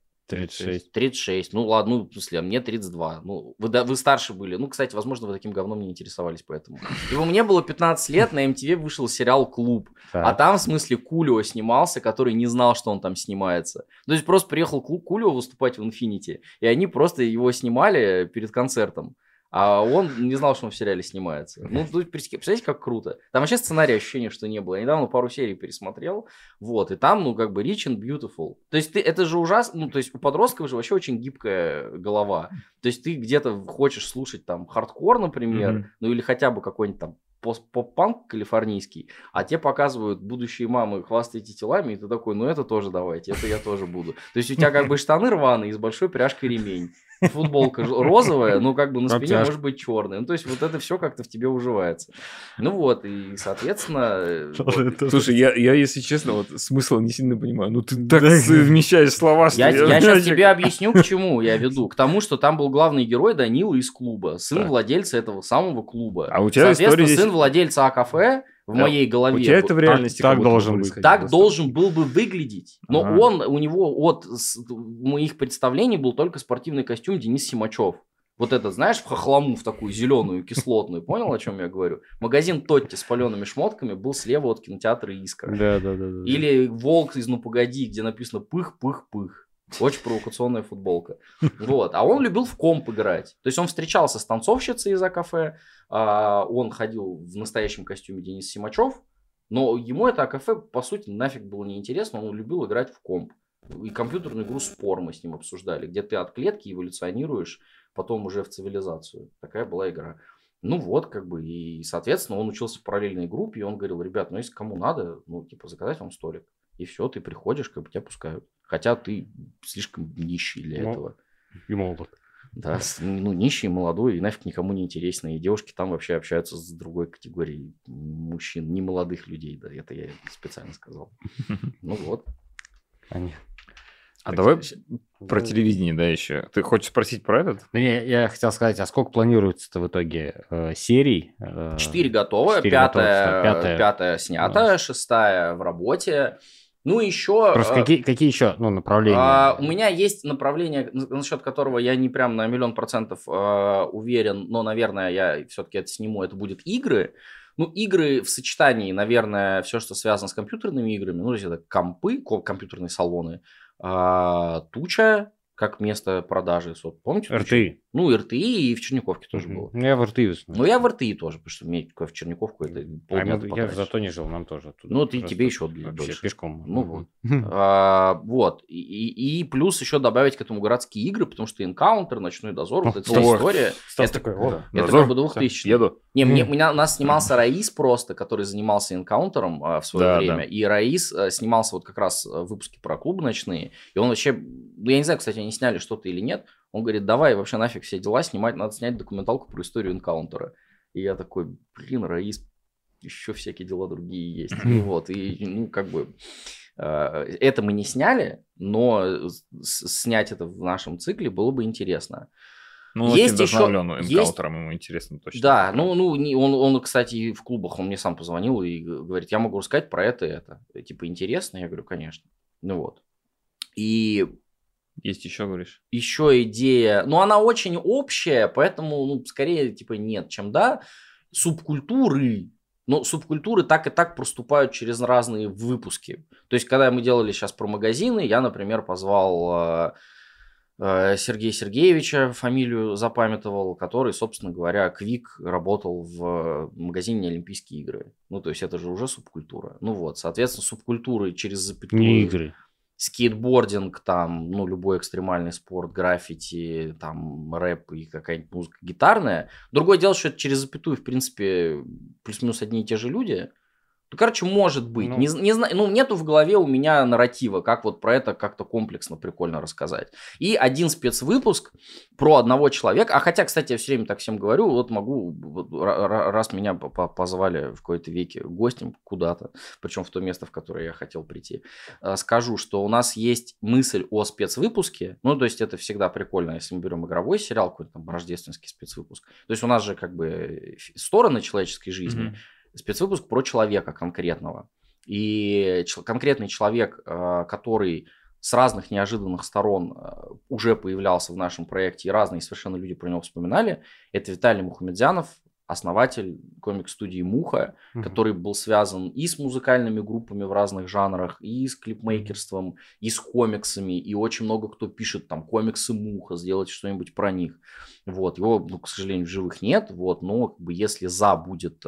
36. Ну ладно, в смысле, а мне 32. Вы старше были. Кстати, возможно, вы таким говном не интересовались, поэтому. И мне было 15 лет, на MTV вышел сериал «Клуб». А там, в смысле, Кулио снимался, который не знал, что он там снимается. То есть просто приехал Кулио выступать в Infinity, и они просто его снимали перед концертом. А он не знал, что он в сериале снимается. Представляете, как круто. Там вообще сценария ощущения, что не было. Я недавно пару серий пересмотрел. Вот, и там, rich and beautiful. То есть, это же ужасно. То есть, у подростков же вообще очень гибкая голова. То есть, ты где-то хочешь слушать там хардкор, например, или хотя бы какой-нибудь там поп-панк калифорнийский, а те показывают будущие мамы, хвастаете телами, и ты такой, это тоже давайте, это я тоже буду. То есть, у тебя штаны рваные, с большой пряжкой ремень. Футболка розовая, на спине может быть черная. То есть, вот это все как-то в тебе уживается. И, соответственно... Слушай, я, если честно, смысл не сильно понимаю. Ты так совмещаешь слова, что... Я сейчас тебе объясню, к чему я веду. К тому, что там был главный герой Данила из клуба, сын владельца этого самого клуба. А у тебя история здесь... сын владельца кафе в моей голове. У тебя это в реальности так должен быть. Так должен был бы выглядеть. Но у него от моих представлений был только спортивный костюм Денис Симачев. Вот этот, знаешь, в хохлому, в такую зеленую, кислотную. Понял, о чем я говорю? Магазин Тотти с палеными шмотками был слева от кинотеатра «Искра». Да. Или «Волк из «Ну погоди», где написано «Пых-пых-пых». Очень провокационная футболка. Вот. А он любил в комп играть. То есть он встречался с танцовщицей из кафе, он ходил в настоящем костюме Денис Симачев, но ему это кафе, по сути, нафиг было неинтересно, он любил играть в комп. И компьютерную игру «Спор» мы с ним обсуждали, где ты от клетки эволюционируешь, потом уже в цивилизацию. Такая была игра. И, соответственно, он учился в параллельной группе, и он говорил, ребят, если кому надо, заказать вам столик. И все, ты приходишь, тебя пускают. Хотя ты слишком нищий для этого. И молод. Да, нищий, молодой, и нафиг никому не интересно. И девушки там вообще общаются с другой категорией мужчин, не молодых людей. Да, это я специально сказал. Вот. Понятно. А давай про телевидение, да, еще. Ты хочешь спросить про этот? Я хотел сказать, а сколько планируется-то в итоге серий? 4 готовы, 5 снята, 6 в работе. Ну, еще... Просто какие еще направления? У меня есть направление, насчет которого я не прям на 100% уверен, но, наверное, я все-таки это сниму, это будет игры. Ну, игры в сочетании, наверное, все, что связано с компьютерными играми, ну, то есть это компы, компьютерные салоны, Туча, как место продажи, помните? РТИ. Ну, РТИ и в Черниковке тоже было. Ну, я в РТИ. Ну, я в РТИ тоже, потому что мне в Черниковку это полдня я в Затоне жил, нам тоже оттуда. Ну, тебе еще дольше. Пешком. Ну, вот. Вот. И плюс еще добавить к этому городские игры, потому что Encounter, Ночной дозор, вот эта история. Это как бы 2000. Еду. Не, у нас снимался Раис просто, который занимался Энкаунтером в свое время. И Раис снимался вот как раз в выпуске про клубы ночные. И он вообще, я не знаю, кстати, они сняли что-то или нет. Он говорит, давай вообще нафиг все дела снимать, надо снять документалку про историю Энкаунтера. И я такой, Раис, еще всякие дела другие есть. Ну вот, и как бы это мы не сняли, но снять это в нашем цикле было бы интересно. Ну, есть еще Энкаунтером ему интересно точно. Да, он, кстати, в клубах, он мне сам позвонил и говорит, я могу рассказать про это и это. Типа, интересно? Я говорю, конечно. Ну вот. И... Есть еще, говоришь? Еще идея, но она очень общая, поэтому, скорее, типа, нет, чем да. Субкультуры, но субкультуры так и так проступают через разные выпуски. То есть, когда мы делали сейчас про магазины, я, например, позвал Сергея Сергеевича, фамилию запамятовал, который, собственно говоря, Квик работал в магазине Олимпийские игры. Ну, то есть, это же уже субкультура. Ну вот, соответственно, субкультуры через запятую. Не игры. Скейтбординг, там, любой экстремальный спорт, граффити, там, рэп и какая-нибудь музыка гитарная. Другое дело, что это через запятую, в принципе, плюс-минус одни и те же люди. Ну, короче, может быть. Не знаю, нету в голове у меня нарратива, как вот про это как-то комплексно прикольно рассказать. И один спецвыпуск про одного человека. А хотя, кстати, я все время так всем говорю, вот могу, раз меня позвали в какой-то веке гостем куда-то, причем в то место, в которое я хотел прийти, скажу, что у нас есть мысль о спецвыпуске. Ну, то есть это всегда прикольно, если мы берем игровой сериал, какой-то там рождественский спецвыпуск. То есть у нас же как бы стороны человеческой жизни. Спецвыпуск про человека конкретного. И конкретный человек, который с разных неожиданных сторон уже появлялся в нашем проекте, и разные совершенно люди про него вспоминали, это Виталий Мухамедзянов, основатель комик-студии «Муха», который был связан и с музыкальными группами в разных жанрах, и с клипмейкерством, и с комиксами, и очень много кто пишет там комиксы «Муха», сделать что-нибудь про них. Вот. Его, к сожалению, в живых нет, вот, но как бы, если будет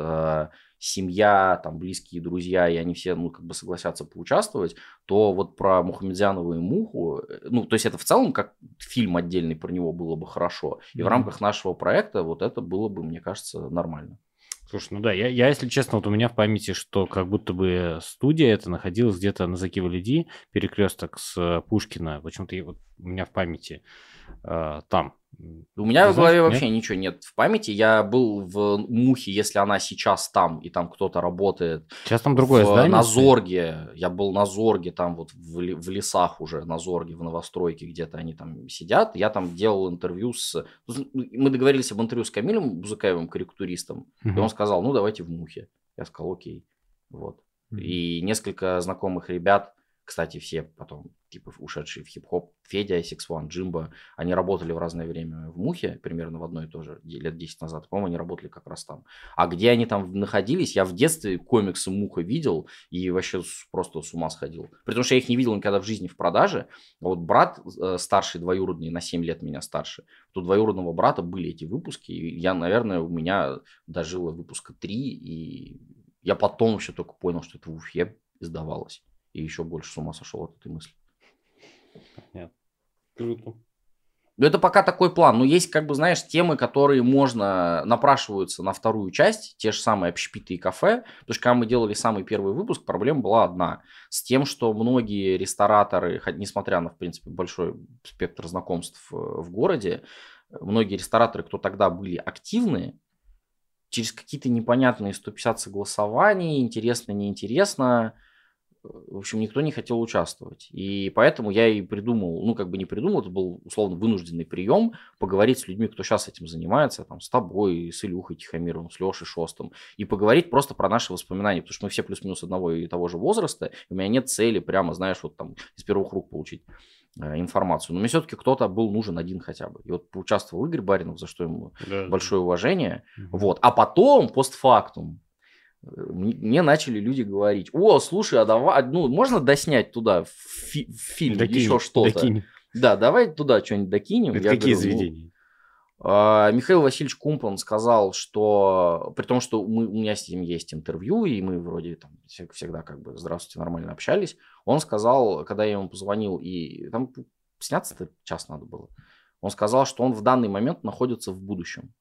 семья, там, близкие друзья, и они все, согласятся поучаствовать, то вот про Мухамедзянова и Муху, то есть это в целом как фильм отдельный про него было бы хорошо. И в рамках нашего проекта вот это было бы, мне кажется, нормально. Слушай, я, если честно, вот у меня в памяти, что как будто бы студия эта находилась где-то на Закива-Лиди, перекресток с Пушкина, почему-то вот у меня в памяти там. У меня в голове вообще ничего нет в памяти. Я был в Мухе, если она сейчас там, и там кто-то работает. Сейчас там другое здание. На Зорге. Я был на Зорге, там вот в лесах уже, на Зорге, в новостройке, где-то они там сидят. Я там делал интервью мы договорились об интервью с Камилем Бузыкаевым, корректуристом, и он сказал, давайте в Мухе. Я сказал, окей. Вот. И несколько знакомых ребят, кстати, все потом, типа, ушедшие в хип-хоп, Федя, Six1, Джимбо, они работали в разное время в Мухе, примерно в одно и то же, лет 10 назад, по-моему, они работали как раз там. А где они там находились, я в детстве комиксы Муха видел и вообще просто с ума сходил. Потому что я их не видел никогда в жизни в продаже. А вот брат старший, двоюродный, на 7 лет меня старше, у двоюродного брата были эти выпуски, и я, наверное, у меня дожило выпуска 3, и я потом еще только понял, что это в Уфе издавалось. И еще больше с ума сошел от этой мысли. Понятно. Круто. Это пока такой план. Но есть, знаешь, темы, которые напрашиваются на вторую часть. Те же самые общепиты и кафе. Потому что когда мы делали самый первый выпуск, проблема была одна. С тем, что многие рестораторы, несмотря на, в принципе, большой спектр знакомств в городе, многие рестораторы, кто тогда были активны, через какие-то непонятные 150 согласований, интересно, неинтересно, в общем, никто не хотел участвовать. И поэтому я и придумал, ну, как бы не придумал, это был условно вынужденный прием, поговорить с людьми, кто сейчас этим занимается, там, с тобой, с Илюхой Тихомировым, с Лешей Шостом, и поговорить просто про наши воспоминания, потому что мы все плюс-минус одного и того же возраста, и у меня нет цели прямо, знаешь, вот там из первых рук получить информацию. Но мне все-таки кто-то был нужен один хотя бы. И вот поучаствовал Игорь Баринов, за что ему большое уважение. Вот. А потом, постфактум, мне начали люди говорить: о, слушай, а давай, ну, можно доснять туда фильм, еще что-то? Да, давай туда что-нибудь докинем. Это какие заведения? Михаил Васильевич Кумпан сказал, что при том, что у меня с ним есть интервью, и мы вроде там всегда как бы здравствуйте, нормально общались, он сказал, когда я ему позвонил, и там сняться-то час надо было, он сказал, что он в данный момент находится в будущем.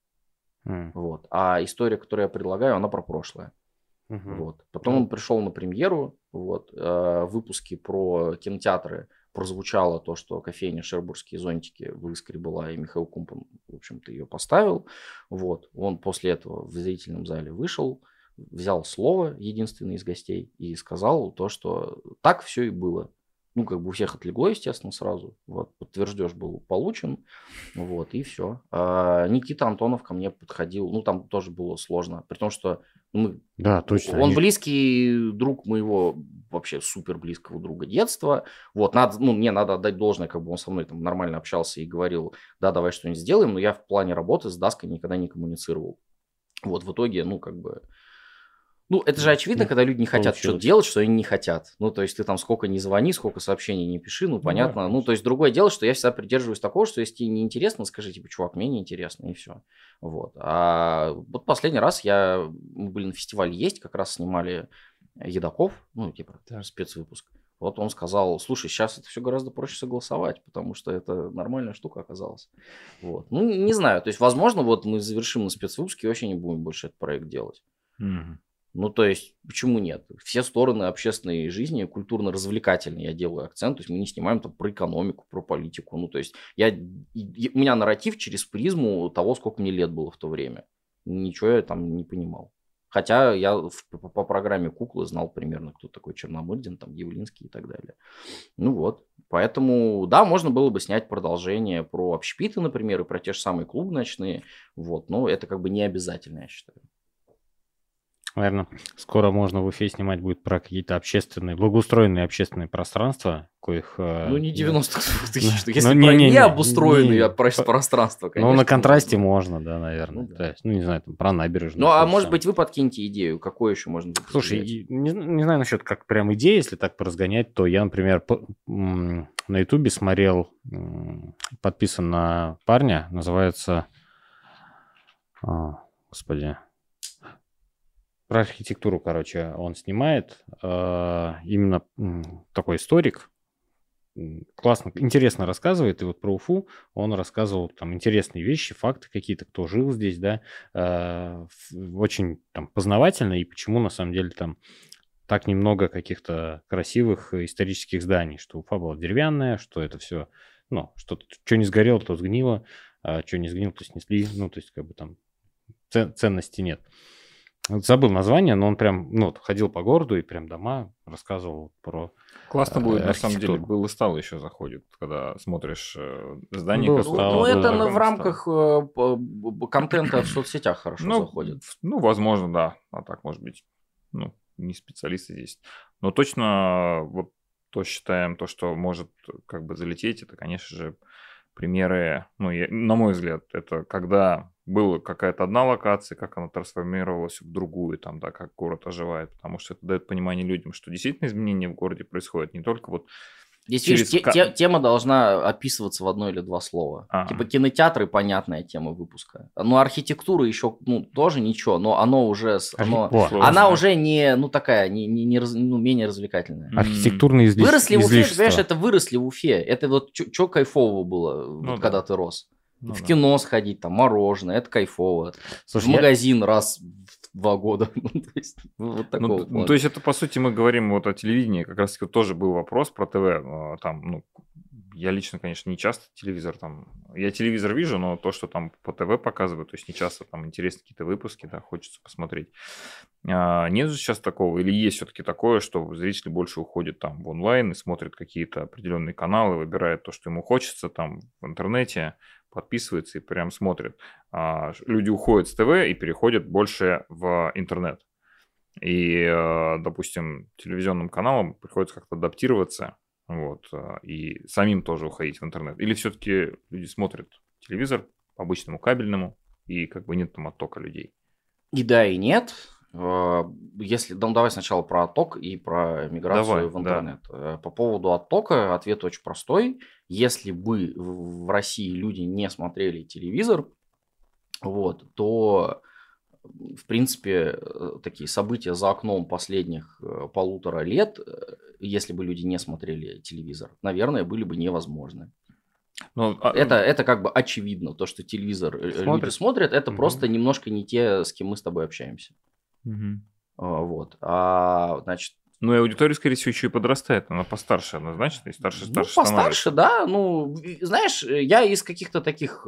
Вот. А история, которую я предлагаю, она про прошлое. Вот. Потом он пришел на премьеру, вот, в выпуске про кинотеатры прозвучало то, что кофейня «Шербургские зонтики» в Искре была, и Михаил Кумпан, в общем-то, ее поставил. Вот. Он после этого в зрительном зале вышел, взял слово, единственный из гостей, и сказал то, что так все и было. Ну, как бы у всех отлегло, естественно, сразу. Вот, подтверждеж был получен. Вот, и все. Никита Антонов ко мне подходил. Ну, там тоже было сложно. При том, что мы... Да, точно. Он близкий друг моего, вообще супер близкого друга детства. Вот, мне надо отдать должное, как бы он со мной там нормально общался и говорил: да, давай что-нибудь сделаем. Но я в плане работы с Даской никогда не коммуницировал. Вот, в итоге, ну, как бы... Ну, это же очевидно, когда люди не хотят что-то делать, что они не хотят. Ну, то есть ты там сколько ни звони, сколько сообщений не пиши, ну, понятно. Да, ну, то есть другое дело, что я всегда придерживаюсь такого, что если тебе неинтересно, скажи, типа, чувак, мне неинтересно, и все. Вот. А вот последний раз мы были на фестивале «Есть», как раз снимали Едаков, ну, типа, спецвыпуск. Вот он сказал: слушай, сейчас это все гораздо проще согласовать, потому что это нормальная штука оказалась. Вот. Ну, не знаю, то есть, возможно, вот мы завершим на спецвыпуске и вообще не будем больше этот проект делать. Ну, то есть, почему нет? Все стороны общественной жизни культурно-развлекательные я делаю акцент. То есть, мы не снимаем там про экономику, про политику. Ну, то есть, у меня нарратив через призму того, сколько мне лет было в то время. Ничего я там не понимал. Хотя я по программе «Куклы» знал примерно, кто такой Черномырдин, там, Явлинский и так далее. Ну вот. Поэтому, да, можно было бы снять продолжение про общепиты, например, и про те же самые клубы ночные. Вот. Но это как бы не обязательно, я считаю. Наверное, скоро можно в Уфе снимать будет про какие-то общественные, благоустроенные общественные пространства, коих... Ну, не 90 тысяч, если про необустроенные пространства, конечно. Ну, на контрасте можно, да, наверное. Ну, да. Ну, не знаю, там, про набережную. Ну, а может быть, вы подкиньте идею, какую еще можно... Слушай, не знаю насчет как прям идеи, если так поразгонять, то я, например, на Ютубе смотрел, подписан на парня, называется... Господи... Про архитектуру, короче, он снимает. Именно такой историк. Классно, интересно рассказывает. И вот про Уфу он рассказывал там интересные вещи, факты какие-то, кто жил здесь, да. Очень там познавательно. И почему, на самом деле, там так немного каких-то красивых исторических зданий. Что Уфа была деревянная, что это все... Ну, что не сгорело, то сгнило. А что не сгнило, то снесли. Ну, то есть, как бы там ценности нет. Забыл название, но он прям, ну, ходил по городу и прям дома рассказывал про... Классно будет, на самом деле, был и стал еще заходит, когда смотришь здание. Ну, это в рамках контента в соцсетях хорошо заходит. Ну, возможно, да. А так, может быть, ну, не специалисты здесь. Но точно вот то считаем, то, что может как бы залететь, это, конечно же, примеры, ну, на мой взгляд, это когда была какая-то одна локация, как она трансформировалась в другую, там, да, как город оживает, потому что это дает понимание людям, что действительно изменения в городе происходят не только вот... Здесь, видишь, тема должна описываться в одно или два слова. Типа кинотеатры, понятная тема выпуска. Ну, архитектура еще, ну, тоже ничего, но оно уже... Она уже не, ну, такая, менее развлекательная. Архитектурные излишества. Выросли в Уфе, понимаешь, это выросли в Уфе. Это вот что кайфово было, когда ты рос. В кино сходить, там, мороженое, это кайфово. Слушай, в магазин раз в 2 года. Вот такого плана. То есть это, по сути, мы говорим вот о телевидении. Как раз-таки тоже был вопрос про ТВ. Там, ну, я лично, конечно, не часто телевизор там... Я телевизор вижу, но то, что там по ТВ показывают, то есть не часто там интересные какие-то выпуски, да, хочется посмотреть. Нет же сейчас такого, или есть все-таки такое, что зрители больше уходят там в онлайн и смотрят какие-то определенные каналы, выбирают то, что ему хочется там в интернете, подписывается и прям смотрит. Люди уходят с ТВ и переходят больше в интернет. И, допустим, телевизионным каналам приходится как-то адаптироваться, вот, и самим тоже уходить в интернет. Или все-таки люди смотрят телевизор по обычному кабельному, и как бы нет там оттока людей. И да, и нет. Если, давай сначала про отток и про миграцию в интернет. Да. По поводу оттока ответ очень простой. Если бы в России люди не смотрели телевизор, вот, то, в принципе, такие события за окном последних 1,5 лет, если бы люди не смотрели телевизор, наверное, были бы невозможны. Это как бы очевидно. То, что телевизор люди смотрят, это просто немножко не те, с кем мы с тобой общаемся. Вот. Значит, ну, и аудитория, скорее всего, еще и подрастает. Она постарше однозначно, и старше становится. Постарше, да. Ну, знаешь, я из каких-то таких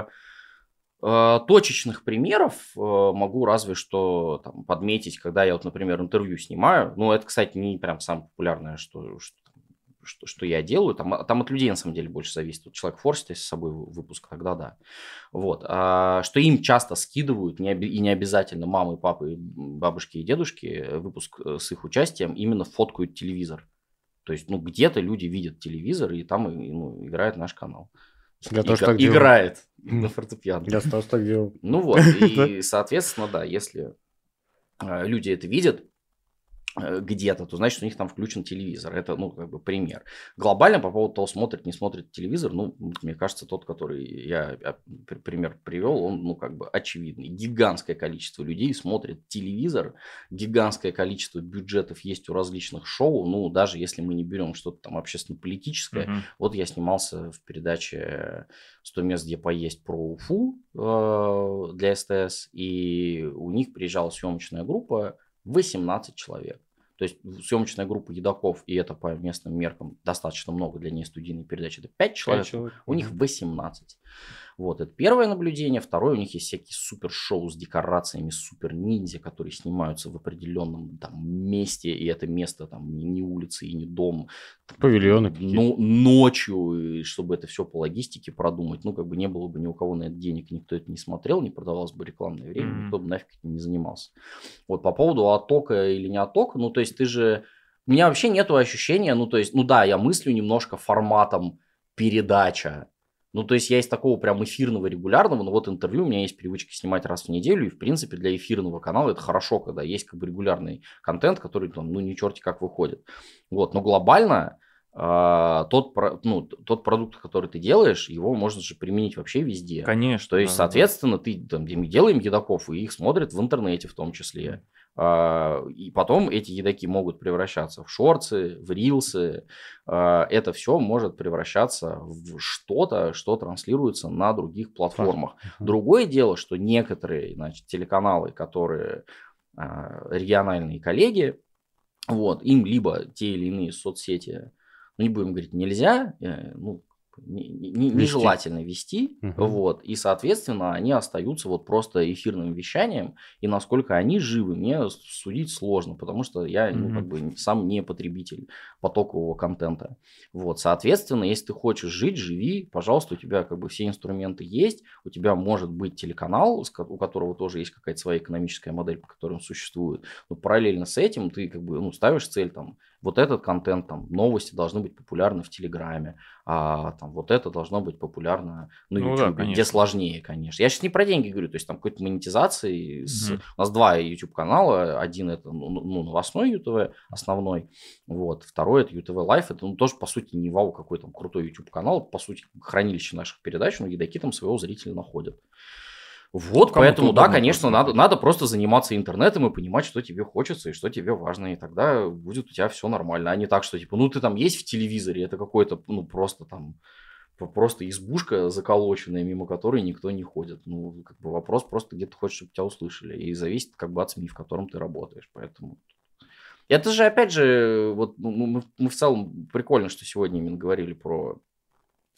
точечных примеров могу разве что там подметить, когда я вот, например, интервью снимаю. Ну, это, кстати, не прям самое популярное, что я делаю. Там от людей, на самом деле, больше зависит. Вот человек форсит с собой выпуск, тогда да. Вот. Что им часто скидывают, и не обязательно мамы, папы, бабушки и дедушки, выпуск с их участием, именно фоткают телевизор. То есть, ну, где-то люди видят телевизор, и там играет наш канал. Играет на фортепиано. Я тоже так делал. Ну вот, и, соответственно, да, если люди это видят где-то, то значит, у них там включен телевизор. Это, ну, как бы пример. Глобально по поводу того, смотрит, не смотрит телевизор, ну, мне кажется, тот, который я пример привел, он, ну, как бы очевидный. Гигантское количество людей смотрит телевизор, гигантское количество бюджетов есть у различных шоу, ну, даже если мы не берем что-то там общественно-политическое. Вот я снимался в передаче «100 мест, где поесть» про Уфу для СТС, и у них приезжала съемочная группа 18 человек. То есть съемочная группа едоков, и это по местным меркам достаточно много для нестудийной передачи, это 5 человек, у них 18. Вот, это первое наблюдение. Второе, у них есть всякие супер-шоу с декорациями, супер-ниндзя, которые снимаются в определенном там месте, и это место там не улица и не дом. Павильоны какие-то. Ну, ночью, и чтобы это все по логистике продумать, ну, как бы не было бы ни у кого на это денег, никто это не смотрел, не продавалось бы рекламное время, никто бы нафиг этим не занимался. Вот, по поводу оттока или не оттока, ну, то есть ты же... У меня вообще нету ощущения, ну, то есть, ну да, я мыслю немножко форматом передача. Ну, то есть я из такого прям эфирного, регулярного, но вот интервью, у меня есть привычка снимать раз в неделю, и, в принципе, для эфирного канала это хорошо, когда есть как бы регулярный контент, который там, ну, не черти как выходит. Вот, но глобально тот продукт, который ты делаешь, его можно же применить вообще везде. Конечно. То есть, соответственно, мы делаем едоков, и их смотрят в интернете в том числе. И потом эти едоки могут превращаться в шорты, в рилсы. Это все может превращаться в что-то, что транслируется на других платформах. Другое дело, что некоторые, значит, телеканалы, которые региональные коллеги, вот, им либо те или иные соцсети, ну, не будем говорить, нельзя, ну, нежелательно вести, вот, и, соответственно, они остаются вот просто эфирным вещанием, и насколько они живы, мне судить сложно, потому что я как бы сам не потребитель потокового контента, вот, соответственно, если ты хочешь жить, живи, пожалуйста, у тебя как бы все инструменты есть, у тебя может быть телеканал, у которого тоже есть какая-то своя экономическая модель, по которой он существует, но параллельно с этим ты как бы, ну, ставишь цель там, вот этот контент, там, новости должны быть популярны в Телеграме, а там вот это должно быть популярно на YouTube, да, где сложнее, конечно. Я сейчас не про деньги говорю, то есть там какой-то монетизации. У нас 2 YouTube-канала, один это новостной ЮТВ, основной, вот, второй это ЮТВ Лайф, это тоже, по сути, не вау какой там крутой YouTube-канал, по сути, хранилище наших передач, но едоки там своего зрителя находят. Вот, поэтому, да, конечно, надо просто заниматься интернетом и понимать, что тебе хочется и что тебе важно, и тогда будет у тебя все нормально, а не так, что, типа, ну, ты там есть в телевизоре, это какой-то, ну, просто там, просто избушка заколоченная, мимо которой никто не ходит. Ну, как бы вопрос просто, где ты хочешь, чтобы тебя услышали, и зависит как бы от СМИ, в котором ты работаешь, поэтому... Это же, опять же, вот мы в целом прикольно, что сегодня именно говорили про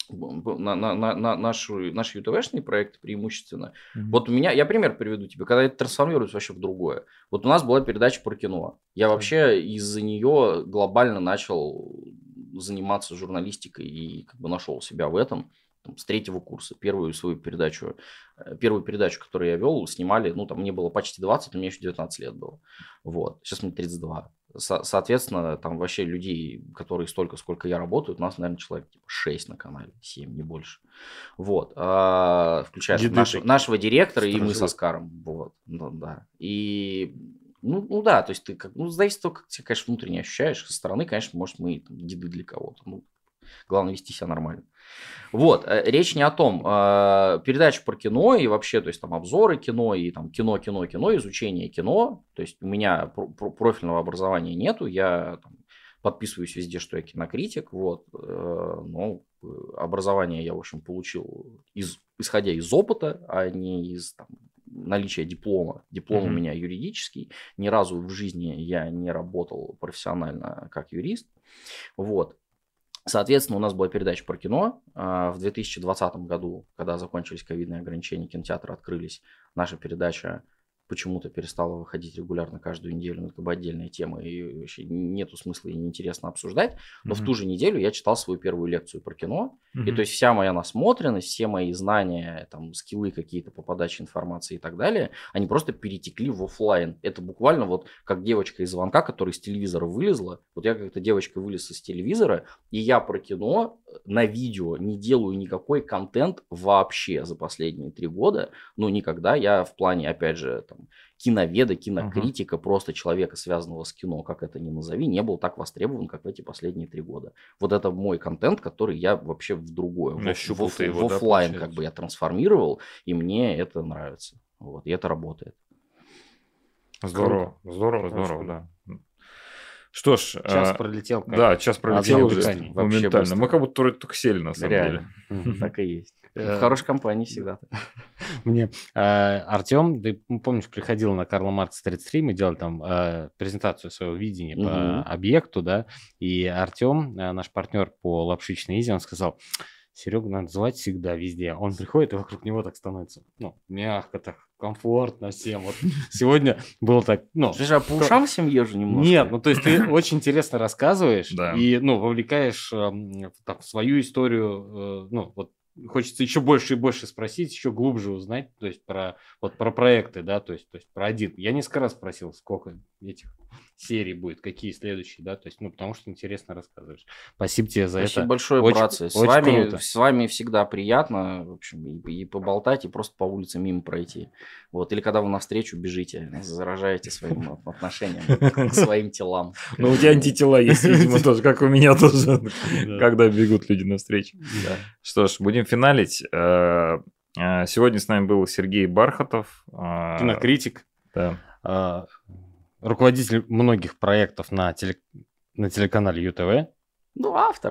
наши ютубешные проекты преимущественно. Вот у меня, я пример приведу тебе, когда это трансформируется вообще в другое. Вот у нас была передача про кино. Я вообще из-за нее глобально начал заниматься журналистикой и как бы нашел себя в этом. С 3-го курса. Первую передачу, которую я вел, снимали, ну, там мне было почти 20, но мне еще 19 лет было. Вот. Сейчас мне 32. Соответственно, там вообще людей, которые столько, сколько я работаю, у нас, наверное, человек типа 6 на канале, 7, не больше. Вот. Включая нашего директора и мы с Оскаром. Вот. Да. И... Ну да, то есть ты как, зависит от того, как ты, конечно, внутренне ощущаешь. Со стороны, конечно, может, мы там, деды для кого-то. Главное вести себя нормально. Вот, речь не о том, передача про кино и вообще, то есть там обзоры кино и там кино, изучение кино, то есть у меня профильного образования нету, я там подписываюсь везде, что я кинокритик, вот, но образование я, в общем, получил исходя из опыта, а не из там, наличия диплома. Диплом у меня юридический, ни разу в жизни я не работал профессионально как юрист, вот. Соответственно, у нас была передача про кино. В 2020 году, когда закончились ковидные ограничения, кинотеатры открылись, наша передача почему-то перестала выходить регулярно каждую неделю. Это как бы отдельная тема, и вообще нету смысла и неинтересно обсуждать. Но в ту же неделю я читал свою первую лекцию про кино. И то есть вся моя насмотренность, все мои знания, там, скиллы какие-то по подаче информации и так далее, они просто перетекли в офлайн. Это буквально вот как девочка из звонка, которая из телевизора вылезла. Вот я как-то девочка вылез из телевизора, и я про кино на видео не делаю никакой контент вообще за последние 3 года. Ну, никогда. Я в плане, опять же, там, киноведа, кинокритика, просто человека, связанного с кино, как это ни назови, не был так востребован, как в эти последние 3 года. Вот это мой контент, который я вообще в другое, в офлайн как бы я трансформировал, и мне это нравится. Вот, и это работает. Здорово, да. Что ж, час пролетел. Да, час пролетел моментально. Мы как будто только сели, на самом деле. Так и есть. В хорошей компании всегда. Мне Артем, ты помнишь, приходил на Карла Маркса 33, мы делали там презентацию своего видения по объекту, да, и Артем, наш партнер по лапшичной изи, он сказал: Серегу надо звать всегда, везде. Он приходит, и вокруг него так становится, мягко, так комфортно всем. Вот сегодня было так, Слушай, а по ушам всем езжу немножко? Нет, то есть ты очень интересно рассказываешь и, вовлекаешь в свою историю, вот хочется еще больше и больше спросить, еще глубже узнать, то есть про проекты, да, то есть про один. Я несколько раз спросил, сколько этих серий будет, какие следующие, да, то есть, потому что интересно рассказываешь. Спасибо тебе за это. Спасибо большое, братцы. С вами всегда приятно, в общем, и поболтать, и просто по улице мимо пройти. Вот, или когда вы навстречу бежите, заражаете своим отношением к своим телам. Ну, у тебя антитела есть, видимо, тоже, как у меня тоже, когда бегут люди навстречу. Что ж, будем финалить. Сегодня с нами был Сергей Бархатов. Кинокритик. Да. Руководитель многих проектов на телеканале ЮТВ. Автор.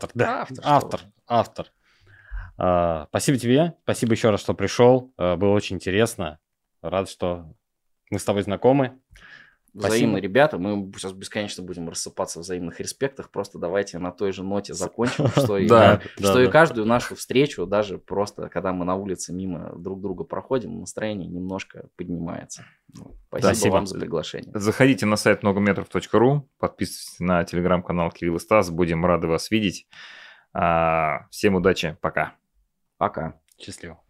Автор. Спасибо тебе. Спасибо еще раз, что пришел. Было очень интересно. Рад, что мы с тобой знакомы. Взаимно, ребята, мы сейчас бесконечно будем рассыпаться в взаимных респектах, просто давайте на той же ноте закончим, что и каждую нашу встречу, даже просто когда мы на улице мимо друг друга проходим, настроение немножко поднимается. Спасибо вам за приглашение. Заходите на сайт многометров.ру, подписывайтесь на телеграм-канал Кирилл и Стас, будем рады вас видеть. Всем удачи, пока. Пока. Счастливо.